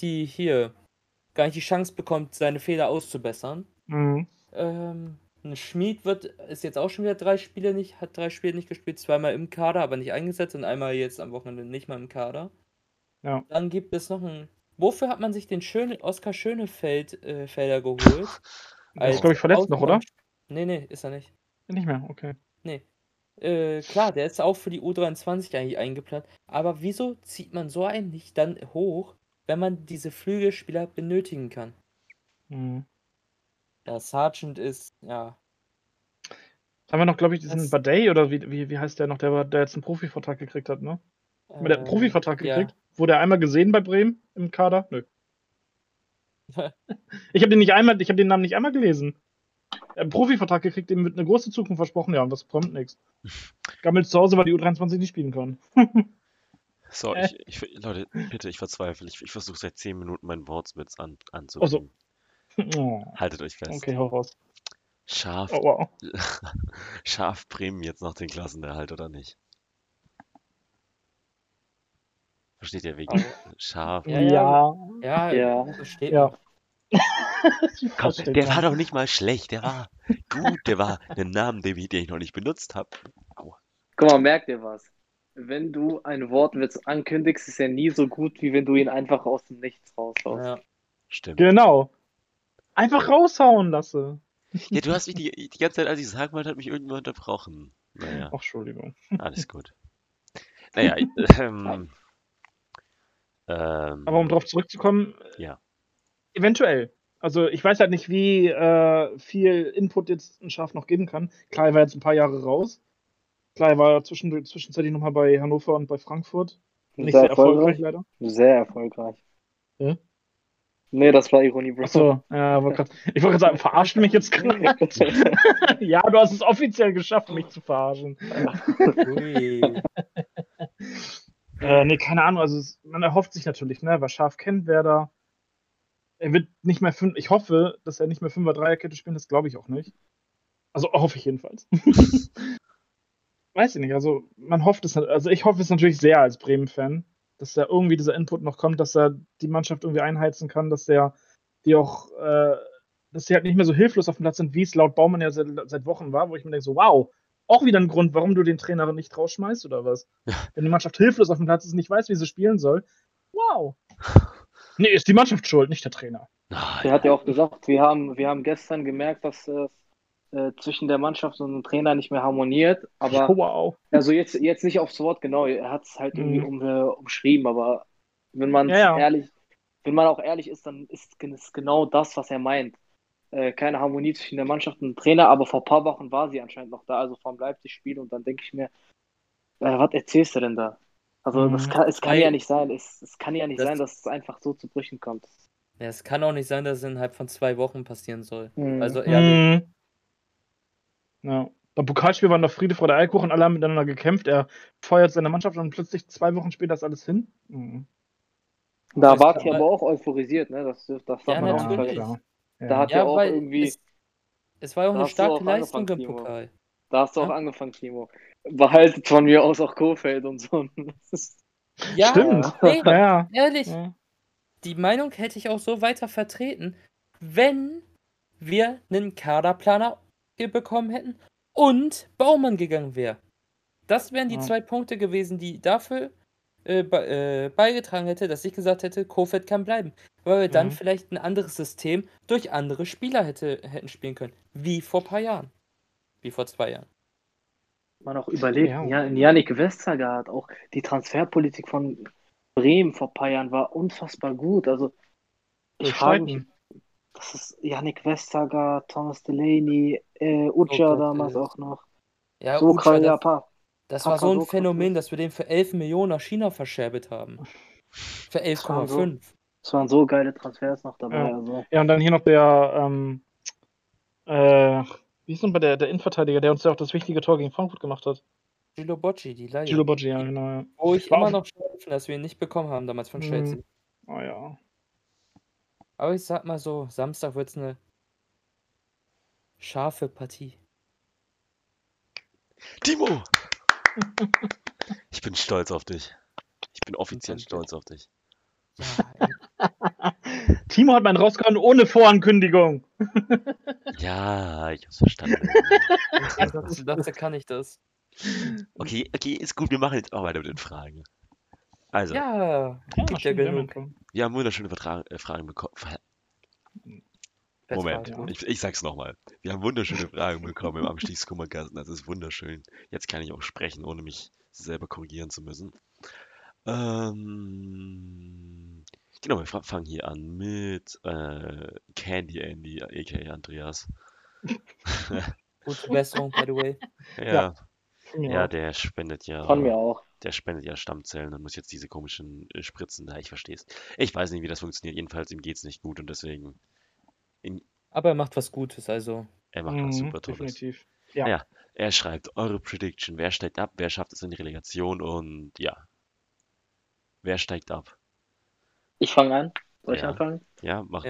die Chance bekommt, seine Fehler auszubessern. Mhm. Ein Schmied ist jetzt auch schon wieder hat 3 Spiele nicht gespielt, 2-mal im Kader, aber nicht eingesetzt und einmal jetzt am Wochenende nicht mal im Kader. Ja. Dann gibt es noch wofür hat man sich den Oskar Schönefelder geholt? Der ist, glaube ich, verletzt noch, oder? Nee, ist er nicht. Nicht mehr, okay. Nee. Klar, der ist auch für die U23 eigentlich eingeplant. Aber wieso zieht man so einen nicht dann hoch, wenn man diese Flügelspieler benötigen kann? Mhm. Ja, Sargent ist, ja. Jetzt haben wir noch, glaube ich, diesen Das- Badei, oder wie heißt der noch, der jetzt einen Profivertrag gekriegt hat, ne? Der hat einen Profivertrag gekriegt. Wurde er einmal gesehen bei Bremen im Kader? Nö. Ich habe den Namen nicht einmal gelesen. Er hat einen Profivertrag gekriegt, dem wird eine große Zukunft versprochen, ja, und das kommt nichts. Gammelt zu Hause, weil die U23 nicht spielen kann. So, Leute, bitte, ich verzweifle. Ich versuche seit 10 Minuten meinen Wortwitz anzubringen. Ach so. Oh. Haltet euch fest. Okay, hau raus. Schafft, Oh, wow. schafft Bremen jetzt noch den Klassenerhalt oder nicht? Versteht ihr wegen scharf? Ja, versteht Ja. man. Komm, der war doch nicht mal schlecht, der war gut, der war ein Namen, den ich noch nicht benutzt habe. Guck mal, merkt ihr was? Wenn du einen Wortwitz ankündigst, ist er nie so gut, wie wenn du ihn einfach aus dem Nichts raushaust. Ja. Stimmt. Genau. Einfach raushauen lasse. Ja, du hast mich die ganze Zeit, als ich sagen wollte, hat mich irgendwann unterbrochen. Naja, Ach, Entschuldigung. alles gut. Naja, Aber um drauf zurückzukommen, ja. eventuell. Also ich weiß halt nicht, wie viel Input jetzt ein Schaf noch geben kann. Klar, er war jetzt ein paar Jahre raus. Klar, er war zwischenzeitlich nochmal bei Hannover und bei Frankfurt. Nicht sehr erfolgreich leider. Sehr erfolgreich. Ja? Nee, das war Ironie, Bro. Achso, ja, ich wollte gerade sagen, verarscht mich jetzt gerade? Ja, du hast es offiziell geschafft, mich zu verarschen. Ui. Nee, keine Ahnung. Also man erhofft sich natürlich, ne? Wer Schaf kennt, wer da. Er wird nicht mehr ich hoffe, dass er nicht mehr 5er-3er-Kette spielt, das glaube ich auch nicht. Also hoffe ich jedenfalls. Weiß ich nicht, also man hofft es, also ich hoffe es natürlich sehr als Bremen-Fan, dass da irgendwie dieser Input noch kommt, dass er die Mannschaft irgendwie einheizen kann, dass die auch, dass die halt nicht mehr so hilflos auf dem Platz sind, wie es laut Baumann ja seit Wochen war, wo ich mir denke, so, wow, auch wieder ein Grund, warum du den Trainer nicht rausschmeißt oder was? Wenn die Mannschaft hilflos auf dem Platz ist und nicht weiß, wie sie spielen soll, wow. Nee, ist die Mannschaft schuld, nicht der Trainer. Der hat ja auch gesagt, wir haben gestern gemerkt, dass zwischen der Mannschaft und dem Trainer nicht mehr harmoniert, aber Oh, wow. also jetzt nicht aufs Wort genau, er hat es halt irgendwie umschrieben, aber wenn man Ja. wenn man auch ehrlich ist, dann ist es genau das, was er meint. Keine Harmonie zwischen der Mannschaft und dem Trainer, aber vor ein paar Wochen war sie anscheinend noch da, also vor dem Leipzig-Spiel, und dann denke ich mir, was erzählst du denn da? Also es kann ja nicht sein, es kann ja nicht sein, dass es einfach so zu Brüchen kommt. Ja, es kann auch nicht sein, dass es innerhalb von 2 Wochen passieren soll. Mhm. Also ehrlich. Ja. Beim Pokalspiel waren noch Friede vor der Eierkuchen, alle haben miteinander gekämpft. Er feuert seine Mannschaft und plötzlich 2 Wochen später ist alles hin. Da Das war kann die man- aber auch euphorisiert, ne? Das darf Ja, man auch nicht natürlich. vergessen. Ja. Da hat Ja, er auch weil irgendwie, es war ja auch da eine hast du auch starke Leistung angefangen, im Timo. Pokal. Da hast du auch Ja? angefangen, Timo. Behaltet von mir aus auch Kofeld und so. Das ist, Ja, Stimmt. nee, Ja. ehrlich. Ja. Die Meinung hätte ich auch so weiter vertreten, wenn wir einen Kaderplaner bekommen hätten und Baumann gegangen wäre. Das wären die Ja. 2 Punkte gewesen, die dafür beigetragen hätte, dass ich gesagt hätte, Kofeld kann bleiben. Weil wir dann vielleicht ein anderes System durch andere Spieler hätten spielen können. Wie vor ein paar Jahren. Wie vor 2 Jahren. man auch überlegt, Ja. ja, Yannick Westergaard, auch die Transferpolitik von Bremen vor ein paar Jahren war unfassbar gut. Also ich frage mich, Durchscheiden. das ist Yannick Westergaard, Thomas Delaney, Ucha Gott, damals auch noch. Ja, So Ucha, krass, ja, das war so ein so krass Phänomen, ist. dass wir den für 11 Millionen nach China verscherbelt haben. Für Das waren 11,5. Es waren so geile Transfers noch dabei. Ja. Also. Ja, und dann hier noch der, wie ist denn bei der Innenverteidiger, der uns ja auch das wichtige Tor gegen Frankfurt gemacht hat? Gilo Bocci, die Leihe. Gilo Bocci, ja, genau. Ja. Wo ich War immer auch- noch schade finde, dass wir ihn nicht bekommen haben damals von Chelsea. Oh ja. Aber ich sag mal so, Samstag wird es eine scharfe Partie. Timo! Ich bin stolz auf dich. Ich bin offiziell Danke. stolz auf dich. Ja, Timo hat meinen rausgehauen ohne Vorankündigung. Ja, ich hab's verstanden. das kann ich das. Okay, ist gut. Wir machen jetzt auch weiter mit den Fragen. Also, Ja, gibt ja stimmt, wir haben genug. einen- wir haben wunderschöne Fragen bekommen. Moment, Vertragen. ich sag's nochmal. Wir haben wunderschöne Fragen bekommen im Abstiegskummerkasten. Das ist wunderschön. Jetzt kann ich auch sprechen, ohne mich selber korrigieren zu müssen. Genau, wir fangen hier an mit Candy Andy, a.k.a. Andreas. Gute Besserung, by the way. Ja, Ja. der spendet ja. Von mir auch. Der spendet ja Stammzellen und muss jetzt diese komischen Spritzen da. Ich verstehe es. Ich weiß nicht, wie das funktioniert. Jedenfalls, ihm geht's nicht gut und deswegen. Aber er macht was Gutes, also. Er macht was super Tolles. Definitiv. Ja. Er schreibt eure Prediction. Wer steigt ab? Wer schafft es in die Relegation? Und ja. Wer steigt ab? Ich fange an. Soll ich Ja. anfangen? Ja, mach.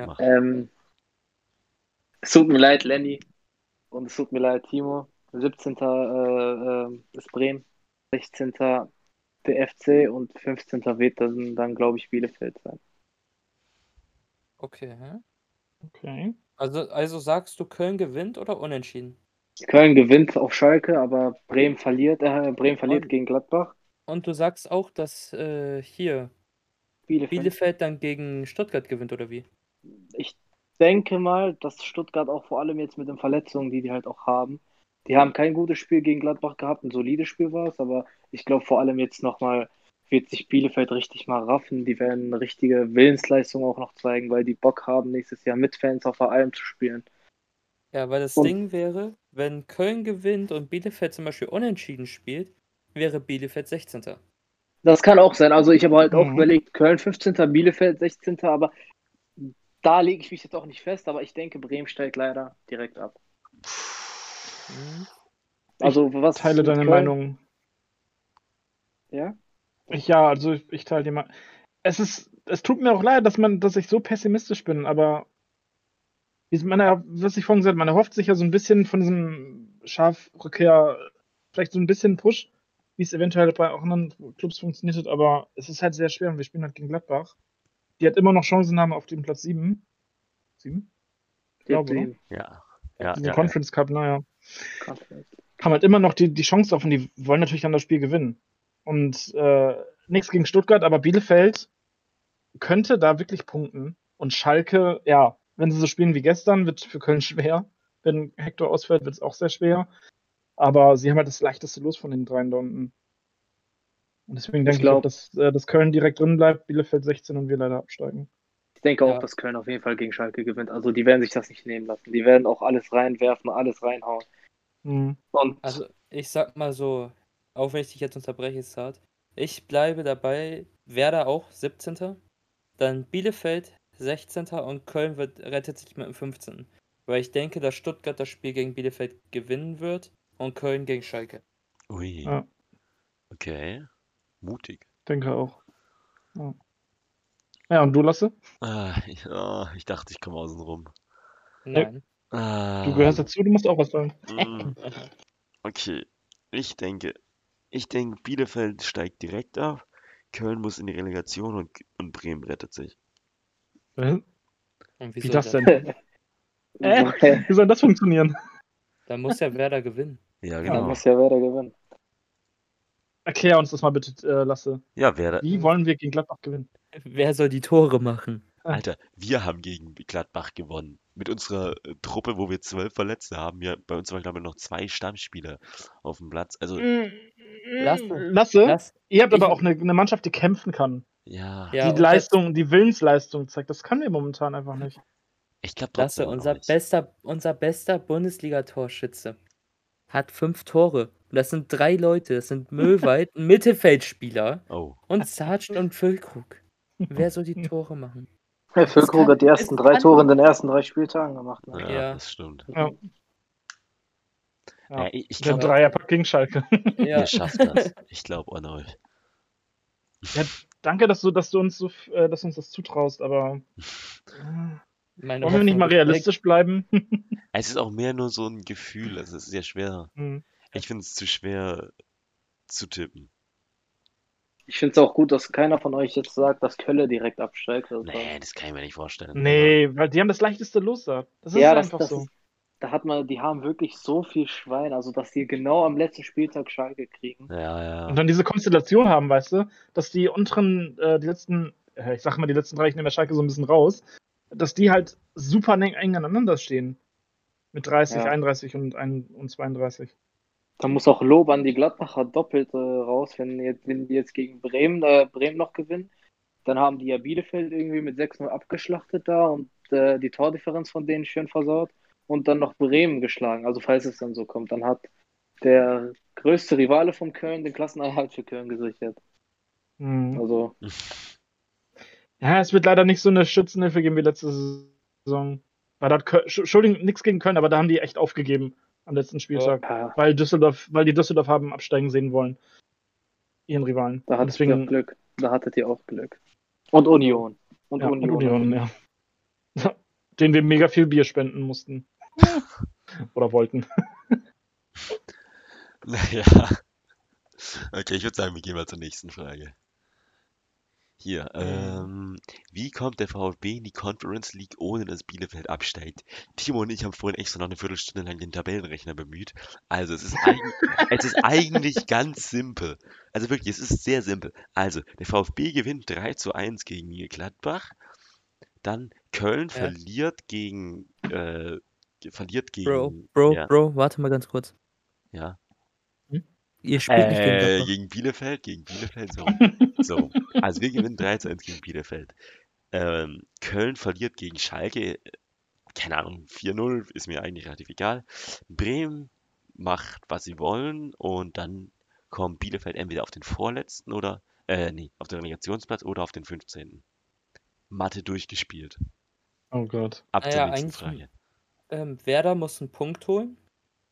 Es tut mir leid, Lenny. Und es tut mir leid, Timo. 17. Ist Bremen. 16. der FC und 15. wird dann glaube ich, Bielefeld sein. Okay, hä? Okay. Also sagst du, Köln gewinnt oder unentschieden? Köln gewinnt auf Schalke, aber Bremen verliert Und- gegen Gladbach. Und du sagst auch, dass hier Bielefeld dann gegen Stuttgart gewinnt, oder wie? Ich denke mal, dass Stuttgart auch vor allem jetzt mit den Verletzungen, die halt auch haben, die haben kein gutes Spiel gegen Gladbach gehabt, ein solides Spiel war es, aber ich glaube vor allem jetzt nochmal wird sich Bielefeld richtig mal raffen, die werden eine richtige Willensleistung auch noch zeigen, weil die Bock haben, nächstes Jahr mit Fans auf der Alm zu spielen. Ja, weil das Und- Ding wäre, wenn Köln gewinnt und Bielefeld zum Beispiel unentschieden spielt, wäre Bielefeld 16. Das kann auch sein, also ich habe halt auch Mhm. überlegt, Köln 15., Bielefeld 16., aber da lege ich mich jetzt auch nicht fest, aber ich denke, Bremen steigt leider direkt ab. Hm. Also was Teile mit deine Köln? Meinung. Ja? Ja, also ich teile dir mal. Es tut mir auch leid, dass ich so pessimistisch bin, aber was ich vorhin gesagt habe, man erhofft sich ja so ein bisschen von diesem Schafrückkehr, vielleicht so ein bisschen Push, wie es eventuell bei auch anderen Clubs funktioniert hat, aber es ist halt sehr schwer und wir spielen halt gegen Gladbach. Die hat immer noch Chancen haben auf den Platz 7. 7? Ich glaube, oder? Ja. Ja, Diesen ja, ja. Conference Cup, naja. Conference. Haben halt immer noch die Chance auf und die wollen natürlich dann das Spiel gewinnen. Und nichts gegen Stuttgart, aber Bielefeld könnte da wirklich punkten. Und Schalke, ja, wenn sie so spielen wie gestern, wird für Köln schwer. Wenn Hector ausfällt, wird es auch sehr schwer. Aber sie haben halt das leichteste Los von den dreien da unten. Und deswegen denke ich auch, dass Köln direkt drin bleibt, Bielefeld 16 und wir leider absteigen. Ich denke auch, Ja. dass Köln auf jeden Fall gegen Schalke gewinnt. Also die werden sich das nicht nehmen lassen. Die werden auch alles reinwerfen, alles reinhauen. Mhm. Und Also, ich sag mal so, auch wenn ich dich jetzt unterbreche, Zart, ich bleibe dabei, Werder auch 17. Dann Bielefeld 16. und Köln rettet sich mit dem 15. Weil ich denke, dass Stuttgart das Spiel gegen Bielefeld gewinnen wird und Köln gegen Schalke. Ui. Ja, Okay. Mutig. denke auch. Ja, ja, und du, Lasse? Ich dachte, ich komme außen rum. Nein. Du gehörst dazu, du musst auch was sagen. Okay. Ich denke, Bielefeld steigt direkt ab. Köln muss in die Relegation und Bremen rettet sich. Und Und wie wieso das das? denn? Wie soll das funktionieren? Da muss ja Werder gewinnen. Ja, da genau. muss ja Werder gewinnen. Erklär uns das mal bitte, Lasse. Ja, Werder. Wie wollen wir gegen Gladbach gewinnen? Wer soll die Tore machen? Alter, wir haben gegen Gladbach gewonnen. Mit unserer Truppe, wo wir 12 Verletzte haben. Ja, bei uns waren, glaube ich, noch 2 Stammspieler auf dem Platz. Also, Lasse, ihr habt aber auch eine Mannschaft, die kämpfen kann. ja. Ja, Die Willensleistung zeigt. Das können wir momentan einfach nicht. Ich glaube Lasse, trotzdem auch nicht. unser bester Bundesliga-Torschütze hat 5 Tore. Und das sind 3 Leute. Das sind Möwald, ein Mittelfeldspieler Oh. und Sargent und Füllkrug. Wer soll die Tore machen? Herr Füllkrug hat die ersten 3 Tore in den ersten 3 Spieltagen gemacht. Ne? Ja, das stimmt. Ja. Ja, ich Der glaube, Dreierpack gegen Schalke. Ja. ihr schafft das. Ich glaube an euch. Ja, danke, dass du uns das zutraust, aber Meine wollen wir nicht Hoffnung mal ist realistisch bleiben? Es ist auch mehr nur so ein Gefühl. Es ist sehr schwer. Hm. Ich finde es zu schwer zu tippen. Ich finde es auch gut, dass keiner von euch jetzt sagt, dass Kölle direkt absteigt. Also, Nee, das kann ich mir nicht vorstellen. Nee, weil die haben das leichteste Los da. Das ist ja, einfach so. die haben wirklich so viel Schwein, also dass die genau am letzten Spieltag Schalke kriegen. Ja. Und dann diese Konstellation haben, weißt du, dass die unteren, die letzten 3, ich nehme Schalke so ein bisschen raus, dass die halt super eng aneinander stehen. Mit 30, Ja. 31 und 32. Da muss auch Lob an die Gladbacher doppelt raus, wenn die jetzt gegen Bremen noch gewinnen. Dann haben die ja Bielefeld irgendwie mit 6-0 abgeschlachtet da und die Tordifferenz von denen schön versaut und dann noch Bremen geschlagen. Also falls es dann so kommt, dann hat der größte Rivale von Köln den Klassenerhalt für Köln gesichert. Mhm. Also Ja, es wird leider nicht so eine Schützenhilfe geben wie letzte Saison. Entschuldigung, nichts gegen Köln, aber da haben die echt aufgegeben am letzten Spieltag, ja, weil die Düsseldorf haben absteigen sehen wollen. Ihren Rivalen. da Und hattet ihr auch Glück. Da hattet ihr auch Glück. Und Union. Und ja, Union. ja. Denen wir mega viel Bier spenden mussten. Oder wollten. Naja. Okay, ich würde sagen, wir gehen mal zur nächsten Frage. Hier, wie kommt der VfB in die Conference League, ohne dass Bielefeld absteigt? Timo und ich haben vorhin extra noch eine Viertelstunde lang den Tabellenrechner bemüht. Also, es ist eigentlich ganz simpel. Also wirklich, es ist sehr simpel. Also, der VfB gewinnt 3:1 gegen Gladbach. Dann Köln verliert gegen, Bro, warte mal ganz kurz. Ja. Ihr spielt nicht gegen Gladbach. Gegen Bielefeld, so. Also wir gewinnen 3:1 gegen Bielefeld. Köln verliert gegen Schalke, keine Ahnung, 4:0, ist mir eigentlich relativ egal. Bremen macht, was sie wollen und dann kommt Bielefeld entweder auf den vorletzten auf den Relegationsplatz oder auf den 15. Mathe durchgespielt. Oh Gott. Ab zur nächsten Frage. Werder muss einen Punkt holen.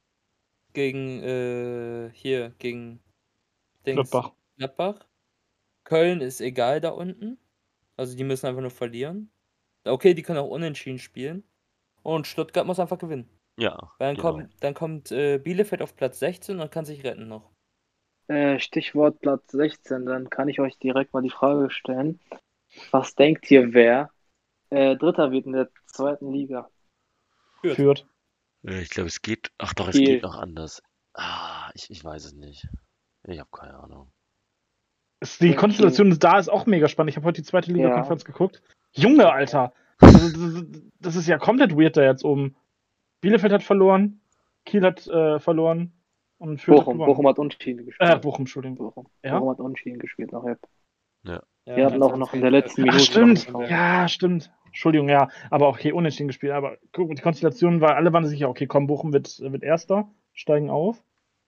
Gegen Gladbach. Köln ist egal da unten. Also die müssen einfach nur verlieren. Okay, die können auch unentschieden spielen. Und Stuttgart muss einfach gewinnen. Ja, Weil genau. dann kommt Bielefeld auf Platz 16 und kann sich retten noch. Stichwort Platz 16, dann kann ich euch direkt mal die Frage stellen. Was denkt ihr, wer Dritter wird in der zweiten Liga? Führt. Ich glaube, es geht. Ach doch, es Kiel. geht noch anders. Ich weiß es nicht. Ich habe keine Ahnung. Die Konstellation da ist auch mega spannend. Ich habe heute die zweite Liga-Konferenz geguckt. Junge, Alter! Das ist ja komplett weird da jetzt oben. Bielefeld hat verloren, Kiel hat verloren und Fürth hat gewonnen. Bochum hat unentschieden gespielt. Bochum, Entschuldigung. Bochum hat unentschieden gespielt nachher. Ja. Die hatten auch noch in der letzten Minute. Stimmt. Ja, stimmt. Entschuldigung, ja. Aber okay, unentschieden gespielt. Aber guck, die Konstellation war, alle waren sicher, okay, komm, Bochum wird Erster, steigen auf.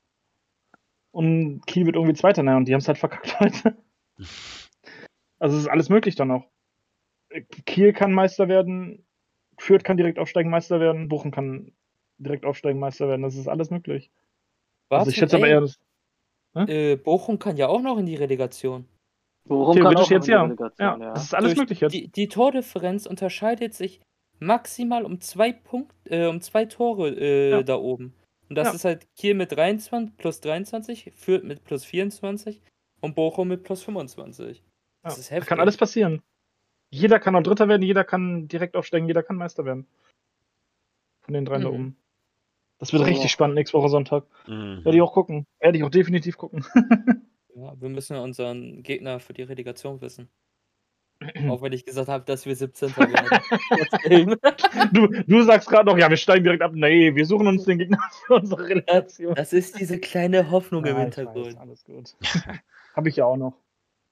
Und Kiel wird irgendwie Zweiter, und die haben es halt verkackt heute. Also es ist alles möglich dann noch. Kiel kann Meister werden, Fürth kann direkt aufsteigen, Meister werden, Bochum kann direkt aufsteigen, Meister werden. Das ist alles möglich. Also ich schätze aber eher, dass... Bochum kann ja auch noch in die Relegation. Bochum theoretisch kann auch jetzt noch in die Relegation, ja. Das ist alles möglich jetzt. Die Tordifferenz unterscheidet sich maximal um 2 Tore da oben. Und das ist halt Kiel mit 23, plus 23, Fürth mit plus 24 und Bochum mit plus 25. Das ist heftig. Da kann alles passieren. Jeder kann auch Dritter werden, jeder kann direkt aufsteigen, jeder kann Meister werden. Von den dreien da oben. Das wird richtig spannend nächste Woche Sonntag. Werde ich auch gucken. Werde ich auch definitiv gucken. Ja, wir müssen ja unseren Gegner für die Relegation wissen. Auch wenn ich gesagt habe, dass wir 17. werden. du sagst gerade noch, ja, wir steigen direkt ab. Nee, wir suchen uns den Gegner für unsere Relegation. Das ist diese kleine Hoffnung im Hintergrund. Ich weiß, alles gut. Habe ich ja auch noch.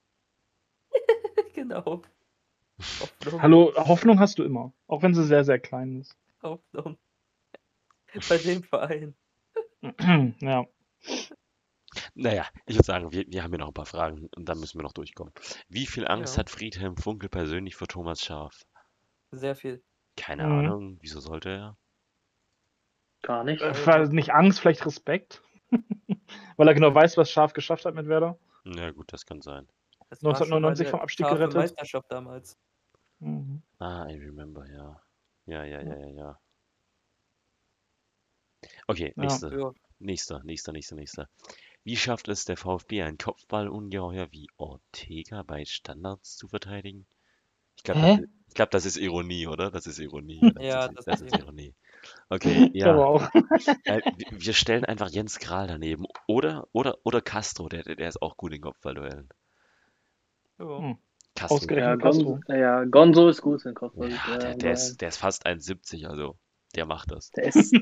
Genau. Hoffnung. Hallo, Hoffnung hast du immer. Auch wenn sie sehr, sehr klein ist. Hoffnung. Bei dem Verein. Ja. Naja, ich würde sagen, wir haben hier noch ein paar Fragen und dann müssen wir noch durchkommen. Wie viel Angst hat Friedhelm Funkel persönlich vor Thomas Schaaf? Sehr viel. Keine Ahnung, wieso sollte er? Gar nicht. Nicht Angst, vielleicht Respekt. Weil er genau weiß, was Schaaf geschafft hat mit Werder. Ja gut, das kann sein. 1999 vom Abstieg gerettet. Meisterschaft damals. I remember, ja. Ja. Okay, nächster. Wie schafft es der VfB, ein Kopfballungeheuer wie Ortega bei Standards zu verteidigen? Ich glaube, das ist Ironie, oder? Das ist Ironie. Ja, das ist Ironie. Okay, ja. Aber auch. Wir stellen einfach Jens Kral daneben. Oder Castro, der ist auch gut in Kopfballduellen. Castro. Gonzo ist gut in Kopfball. Ja, der ist fast 1,70, also der macht das. Der ist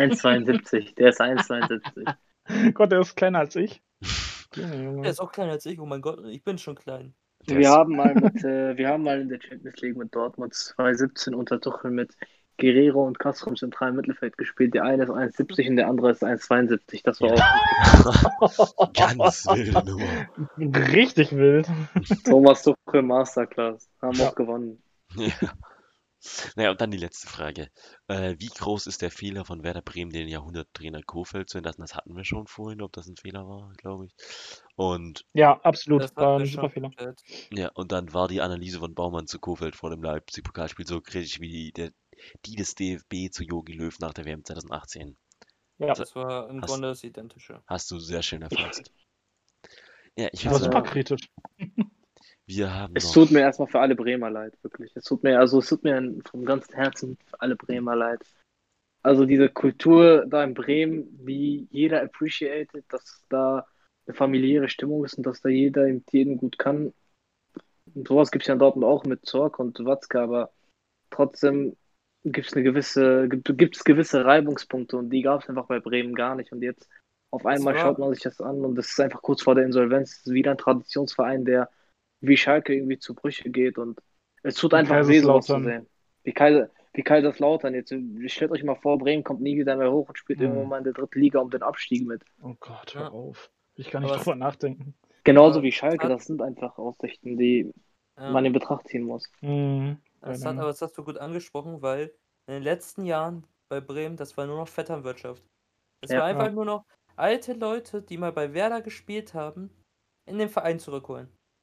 1,72. Gott, der ist kleiner als ich. Der ist auch kleiner als ich, oh mein Gott, ich bin schon klein. Wir haben mal in der Champions League mit Dortmund 2017 unter Tuchel mit Guerrero und Castro im zentralen Mittelfeld gespielt. Der eine ist 1,70 und der andere ist 1,72. Das war auch ganz wilde Nummer. Richtig wild. Thomas Tuchel Masterclass. Haben auch gewonnen. Ja. Naja, und dann die letzte Frage. Wie groß ist der Fehler von Werder Bremen, den Jahrhunderttrainer Kofeld zu entlassen? Das hatten wir schon vorhin, ob das ein Fehler war, glaube ich. Und ja, absolut. Das war ein super Fehler. Ja, und dann war die Analyse von Baumann zu Kofeld vor dem Leipzig-Pokalspiel so kritisch wie die des DFB zu Jogi Löw nach der WM 2018. Ja, das war im Grunde das Identische. Hast du sehr schön erfasst. Ja, ich war super kritisch. Es tut mir erstmal für alle Bremer leid, wirklich. Es tut mir vom ganzen Herzen für alle Bremer leid. Also diese Kultur da in Bremen, wie jeder appreciated, dass da eine familiäre Stimmung ist und dass da jeder jeden gut kann. Und sowas gibt es ja in Dortmund auch mit Zorc und Watzke, aber trotzdem gibt es gewisse Reibungspunkte und die gab es einfach bei Bremen gar nicht. Und jetzt auf einmal schaut man sich das an und das ist einfach kurz vor der Insolvenz. Das ist wieder ein Traditionsverein, der wie Schalke irgendwie zu Brüche geht und es tut einfach weh, sowas zu sehen. Wie Kaiserslautern jetzt. Stellt euch mal vor, Bremen kommt nie wieder mehr hoch und spielt irgendwann mal in der dritten Liga um den Abstieg mit. Oh Gott, hör auf. Ich kann nicht drüber nachdenken. Genauso wie Schalke, das sind einfach Aussichten, die man in Betracht ziehen muss. Das hast du gut angesprochen, weil in den letzten Jahren bei Bremen, das war nur noch Vetternwirtschaft. Es war einfach nur noch alte Leute, die mal bei Werder gespielt haben, in den Verein zurückholen.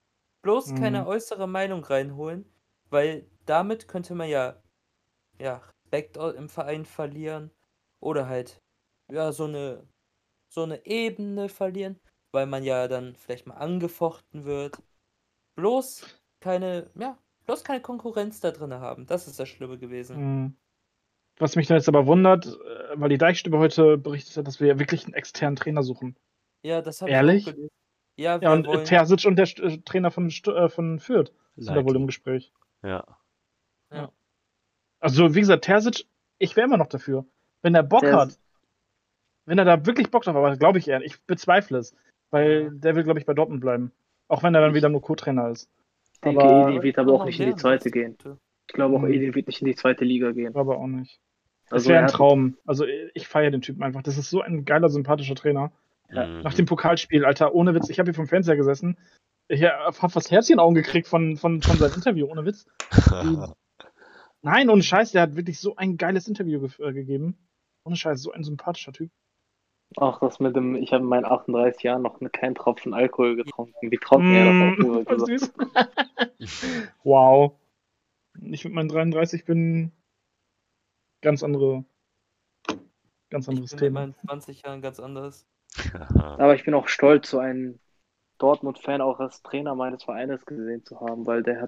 bloß keine äußere Meinung reinholen, weil damit könnte man ja Respekt im Verein verlieren oder halt so eine Ebene verlieren, weil man ja dann vielleicht mal angefochten wird. Bloß keine Konkurrenz da drin haben. Das ist das Schlimme gewesen. Was mich dann jetzt aber wundert, weil die Deichstube heute berichtet hat, dass wir ja wirklich einen externen Trainer suchen. Ja, das habe Ehrlich? ich auch gelesen. Ja, Ja, wir und wollen. Terzic und der Trainer von Fürth sind da wohl im Gespräch. Ja. Also, wie gesagt, Terzic, ich wäre immer noch dafür. Wenn er Bock hat, wenn er da wirklich Bock drauf hat, aber glaube ich eher, ich bezweifle es, weil der will, glaube ich, bei Dortmund bleiben. Auch wenn er dann wieder nur Co-Trainer ist. Ich denke, Edin wird aber auch nicht in die zweite gehen. Ich glaube auch, Edin wird nicht in die zweite Liga gehen. Aber auch nicht. Das Also wäre er ein hat- Traum. Also ich feiere den Typen einfach. Das ist so ein geiler, sympathischer Trainer. Mhm. Nach dem Pokalspiel, Alter, ohne Witz. Ich habe hier vom Fernseher gesessen. Ich habe fast Herz in den Augen gekriegt von seinem Interview, ohne Witz. Nein, ohne Scheiß, der hat wirklich so ein geiles Interview gegeben. Ohne Scheiß, so ein sympathischer Typ. Auch das mit dem, ich habe in meinen 38 Jahren noch keinen Tropfen Alkohol getrunken. Wie trocken er das auch rüber Voll gesagt. süß. Wow. Ich mit meinen 33 bin ganz anderes Ich bin in Thema. meinen 20 Jahren ganz anders. Aber ich bin auch stolz, so einen Dortmund-Fan auch als Trainer meines Vereines gesehen zu haben, weil der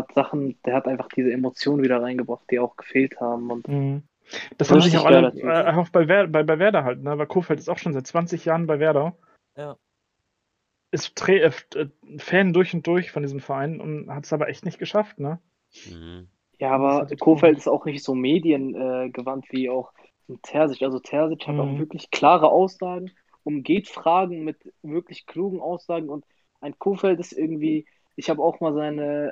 hat einfach diese Emotionen wieder reingebracht, die auch gefehlt haben. Und Das haben sich Richtig auch alle, geiler Typ. auch bei Werder halt, ne? Weil Kohfeldt ist auch schon seit 20 Jahren bei Werder. Ja. Ist Fan durch und durch von diesem Verein und hat es aber echt nicht geschafft, ne? Mhm. ja, aber Kohfeldt ist auch nicht so mediengewandt wie auch ein Terzic. Also Terzic hat auch wirklich klare Aussagen, umgeht Fragen mit wirklich klugen Aussagen, und ein Kohfeldt ist irgendwie, ich habe auch mal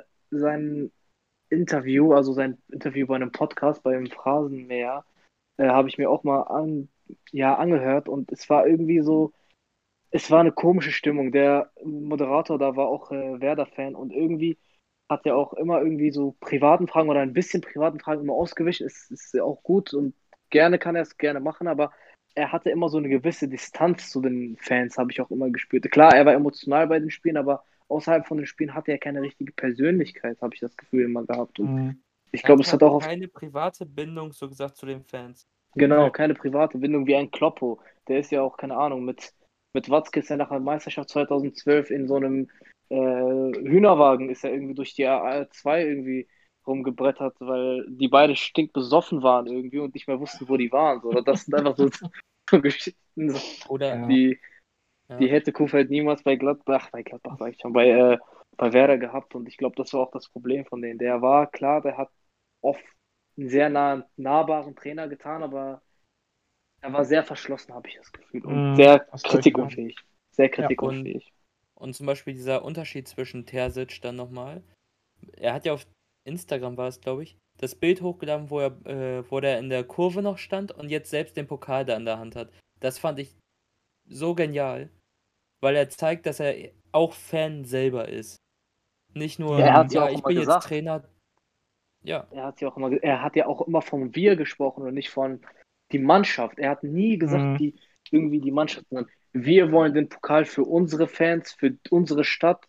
sein Interview bei einem Podcast beim Phrasenmäher, habe ich mir auch mal angehört, und es war irgendwie so, es war eine komische Stimmung. Der Moderator da war auch Werder-Fan, und irgendwie hat er auch immer irgendwie so privaten Fragen oder ein bisschen privaten Fragen immer ausgewichen. Ist ja auch gut und kann er es gerne machen, aber er hatte immer so eine gewisse Distanz zu den Fans, habe ich auch immer gespürt. Klar, er war emotional bei den Spielen, aber außerhalb von den Spielen hatte er keine richtige Persönlichkeit, habe ich das Gefühl immer gehabt. Und ich glaube, es hat auch keine private Bindung, so gesagt, zu den Fans. Genau, keine private Bindung wie ein Kloppo. Der ist ja auch, keine Ahnung, mit Watzke ist er nach der Meisterschaft 2012 in so einem Hühnerwagen, ist er irgendwie durch die A2 irgendwie rumgebrettert, weil die beide stinkbesoffen waren irgendwie und nicht mehr wussten, wo die waren. So. Das sind einfach so Geschichten, Oder die hätte Kohfeldt niemals bei Gladbach sag ich schon, bei Werder gehabt, und ich glaube, das war auch das Problem von denen. Der war, klar, der hat oft einen sehr nahbaren Trainer getan, aber er war sehr verschlossen, habe ich das Gefühl. Und sehr hast recht, kritikunfähig. Sehr kritikunfähig. Und zum Beispiel dieser Unterschied zwischen Terzic dann nochmal. Er hat ja auf Instagram, war es, glaube ich, das Bild hochgeladen, wo der in der Kurve noch stand und jetzt selbst den Pokal da in der Hand hat. Das fand ich so genial, weil er zeigt, dass er auch Fan selber ist. Nicht nur, Ja, er hat's ja auch ich immer bin gesagt. jetzt Trainer. Ja, Er hat ja auch immer vom Wir gesprochen und nicht von die Mannschaft. Er hat nie gesagt, die Mannschaft, sondern wir wollen den Pokal für unsere Fans, für unsere Stadt.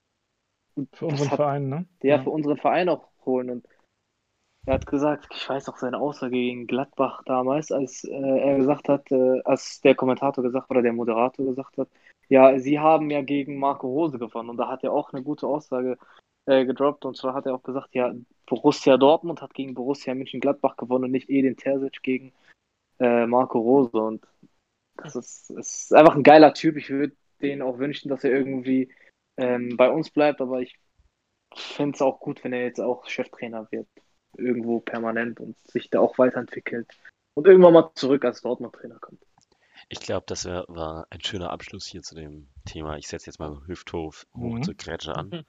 Und Für unseren Verein, ne? Für unseren Verein auch holen. Und er hat gesagt, ich weiß auch seine Aussage gegen Gladbach damals, als er gesagt hat, als der Kommentator gesagt oder der Moderator gesagt hat, ja, sie haben ja gegen Marco Rose gewonnen. Und da hat er auch eine gute Aussage gedroppt. Und zwar hat er auch gesagt, ja, Borussia Dortmund hat gegen Borussia Mönchengladbach gewonnen und nicht Edin Terzic gegen Marco Rose. Und das ist einfach ein geiler Typ. Ich würde denen auch wünschen, dass er irgendwie bei uns bleibt, aber ich finde es auch gut, wenn er jetzt auch Cheftrainer wird. Irgendwo permanent und sich da auch weiterentwickelt. Und irgendwann mal zurück als Dortmund-Trainer kommt. Ich glaube, das war ein schöner Abschluss hier zu dem Thema. Ich setze jetzt mal Hüfthof hoch zur Grätsche an.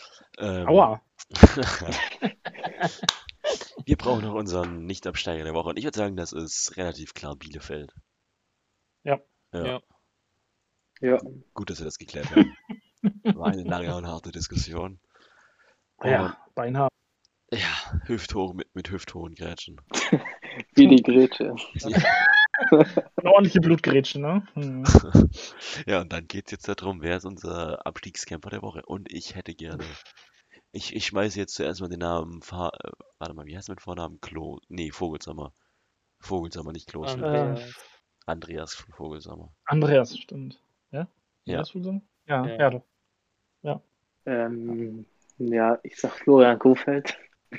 Aua. Wir brauchen noch unseren Nicht-Absteiger der Woche. Und ich würde sagen, das ist relativ klar Bielefeld. Ja. Ja. Gut, dass wir das geklärt haben. War eine lange und harte Diskussion. Ja, beinhart. Ja, hüfthoch mit hüfthohen Grätschen. Wie die Grätsche. Eine ordentliche Blutgrätsche, ne? Hm. Ja, und dann geht es jetzt darum, wer ist unser Abstiegskämpfer der Woche? Und ich hätte gerne. Ich schmeiße jetzt zuerst mal den Namen. Warte mal, wie heißt mein Vornamen? Nee, Vogelsammer. Vogelsammer, nicht Kloß. Andreas. Andreas Vogelsammer. Andreas, stimmt. Ja? Ja. Andreas Fuglsang? Ja, Ja. ja, doch. Ja, ich sag Florian Kofeld.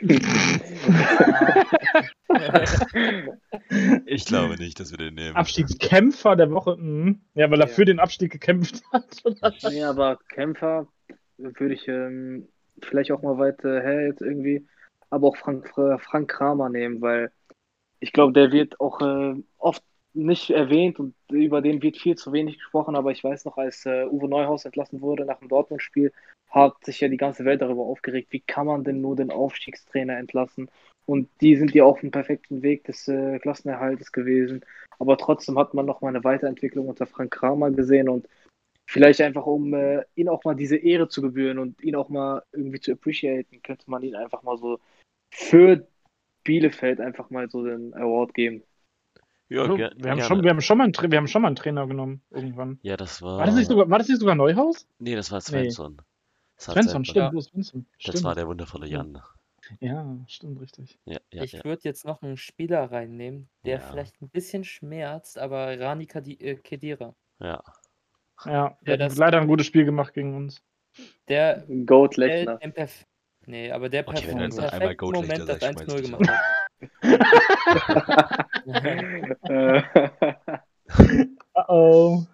Ich glaube nicht, dass wir den nehmen. Abstiegskämpfer der Woche. Mhm. Ja, weil er Ja. für den Abstieg gekämpft hat. Nee, aber Kämpfer würde ich vielleicht auch mal weiter jetzt irgendwie, aber auch Frank Kramer nehmen, weil ich glaube, der wird auch oft nicht erwähnt und über den wird viel zu wenig gesprochen, aber ich weiß noch, als Uwe Neuhaus entlassen wurde nach dem Dortmund-Spiel, hat sich ja die ganze Welt darüber aufgeregt, wie kann man denn nur den Aufstiegstrainer entlassen? Und die sind ja auf dem perfekten Weg des Klassenerhaltes gewesen. Aber trotzdem hat man noch mal eine Weiterentwicklung unter Frank Kramer gesehen und vielleicht einfach, um ihn auch mal diese Ehre zu gebühren und ihn auch mal irgendwie zu appreciaten, könnte man ihn einfach mal so für Bielefeld einfach mal so den Award geben. Ja, Hallo, gerne. wir haben schon mal einen Trainer genommen, irgendwann. Ja, das war. War das nicht sogar Neuhaus? Nee, das war Svensson. Svensson, Das stimmt, Svensson. war der wundervolle Jan. Ja, stimmt, richtig. Ja, Ich würde jetzt noch einen Spieler reinnehmen, der Ja. vielleicht ein bisschen schmerzt, aber Rani Khedira. Ja. Ja, der das- hat leider ein gutes Spiel gemacht gegen uns. Der Goat Lechner. Nee, aber der Okay, wenn du im jetzt einmal perfekten Goat Lechner Moment das sagst, 1-0 schmeiß gemacht hat. Oh.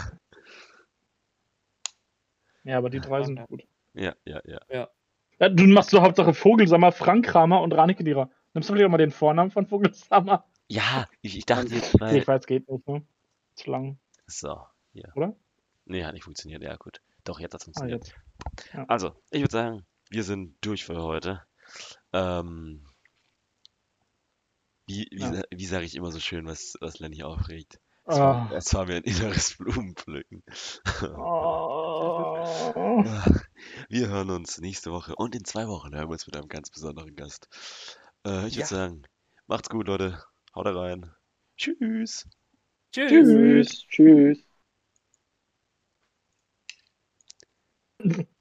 Ja, aber die drei sind gut. Ja. Ja, du machst so Hauptsache Vogelsammer, Frank Kramer und Rani Khedira. Nimmst du vielleicht auch mal den Vornamen von Vogelsammer? Ja, ich dachte jetzt, Okay, weil. ich weiß, geht nicht, ne? Zu lang, So, hier. oder? Nee, hat nicht funktioniert. Ja, gut. Doch, jetzt hat es funktioniert. Jetzt. Ja. Also, ich würde sagen, wir sind durch für heute. Wie sage ich immer so schön, was Lenny aufregt? Es war mir ein inneres Blumenpflücken. Oh. Wir hören uns nächste Woche und in 2 Wochen hören wir uns mit einem ganz besonderen Gast. Ich würde sagen, macht's gut, Leute. Haut rein. Tschüss. Tschüss. Tschüss.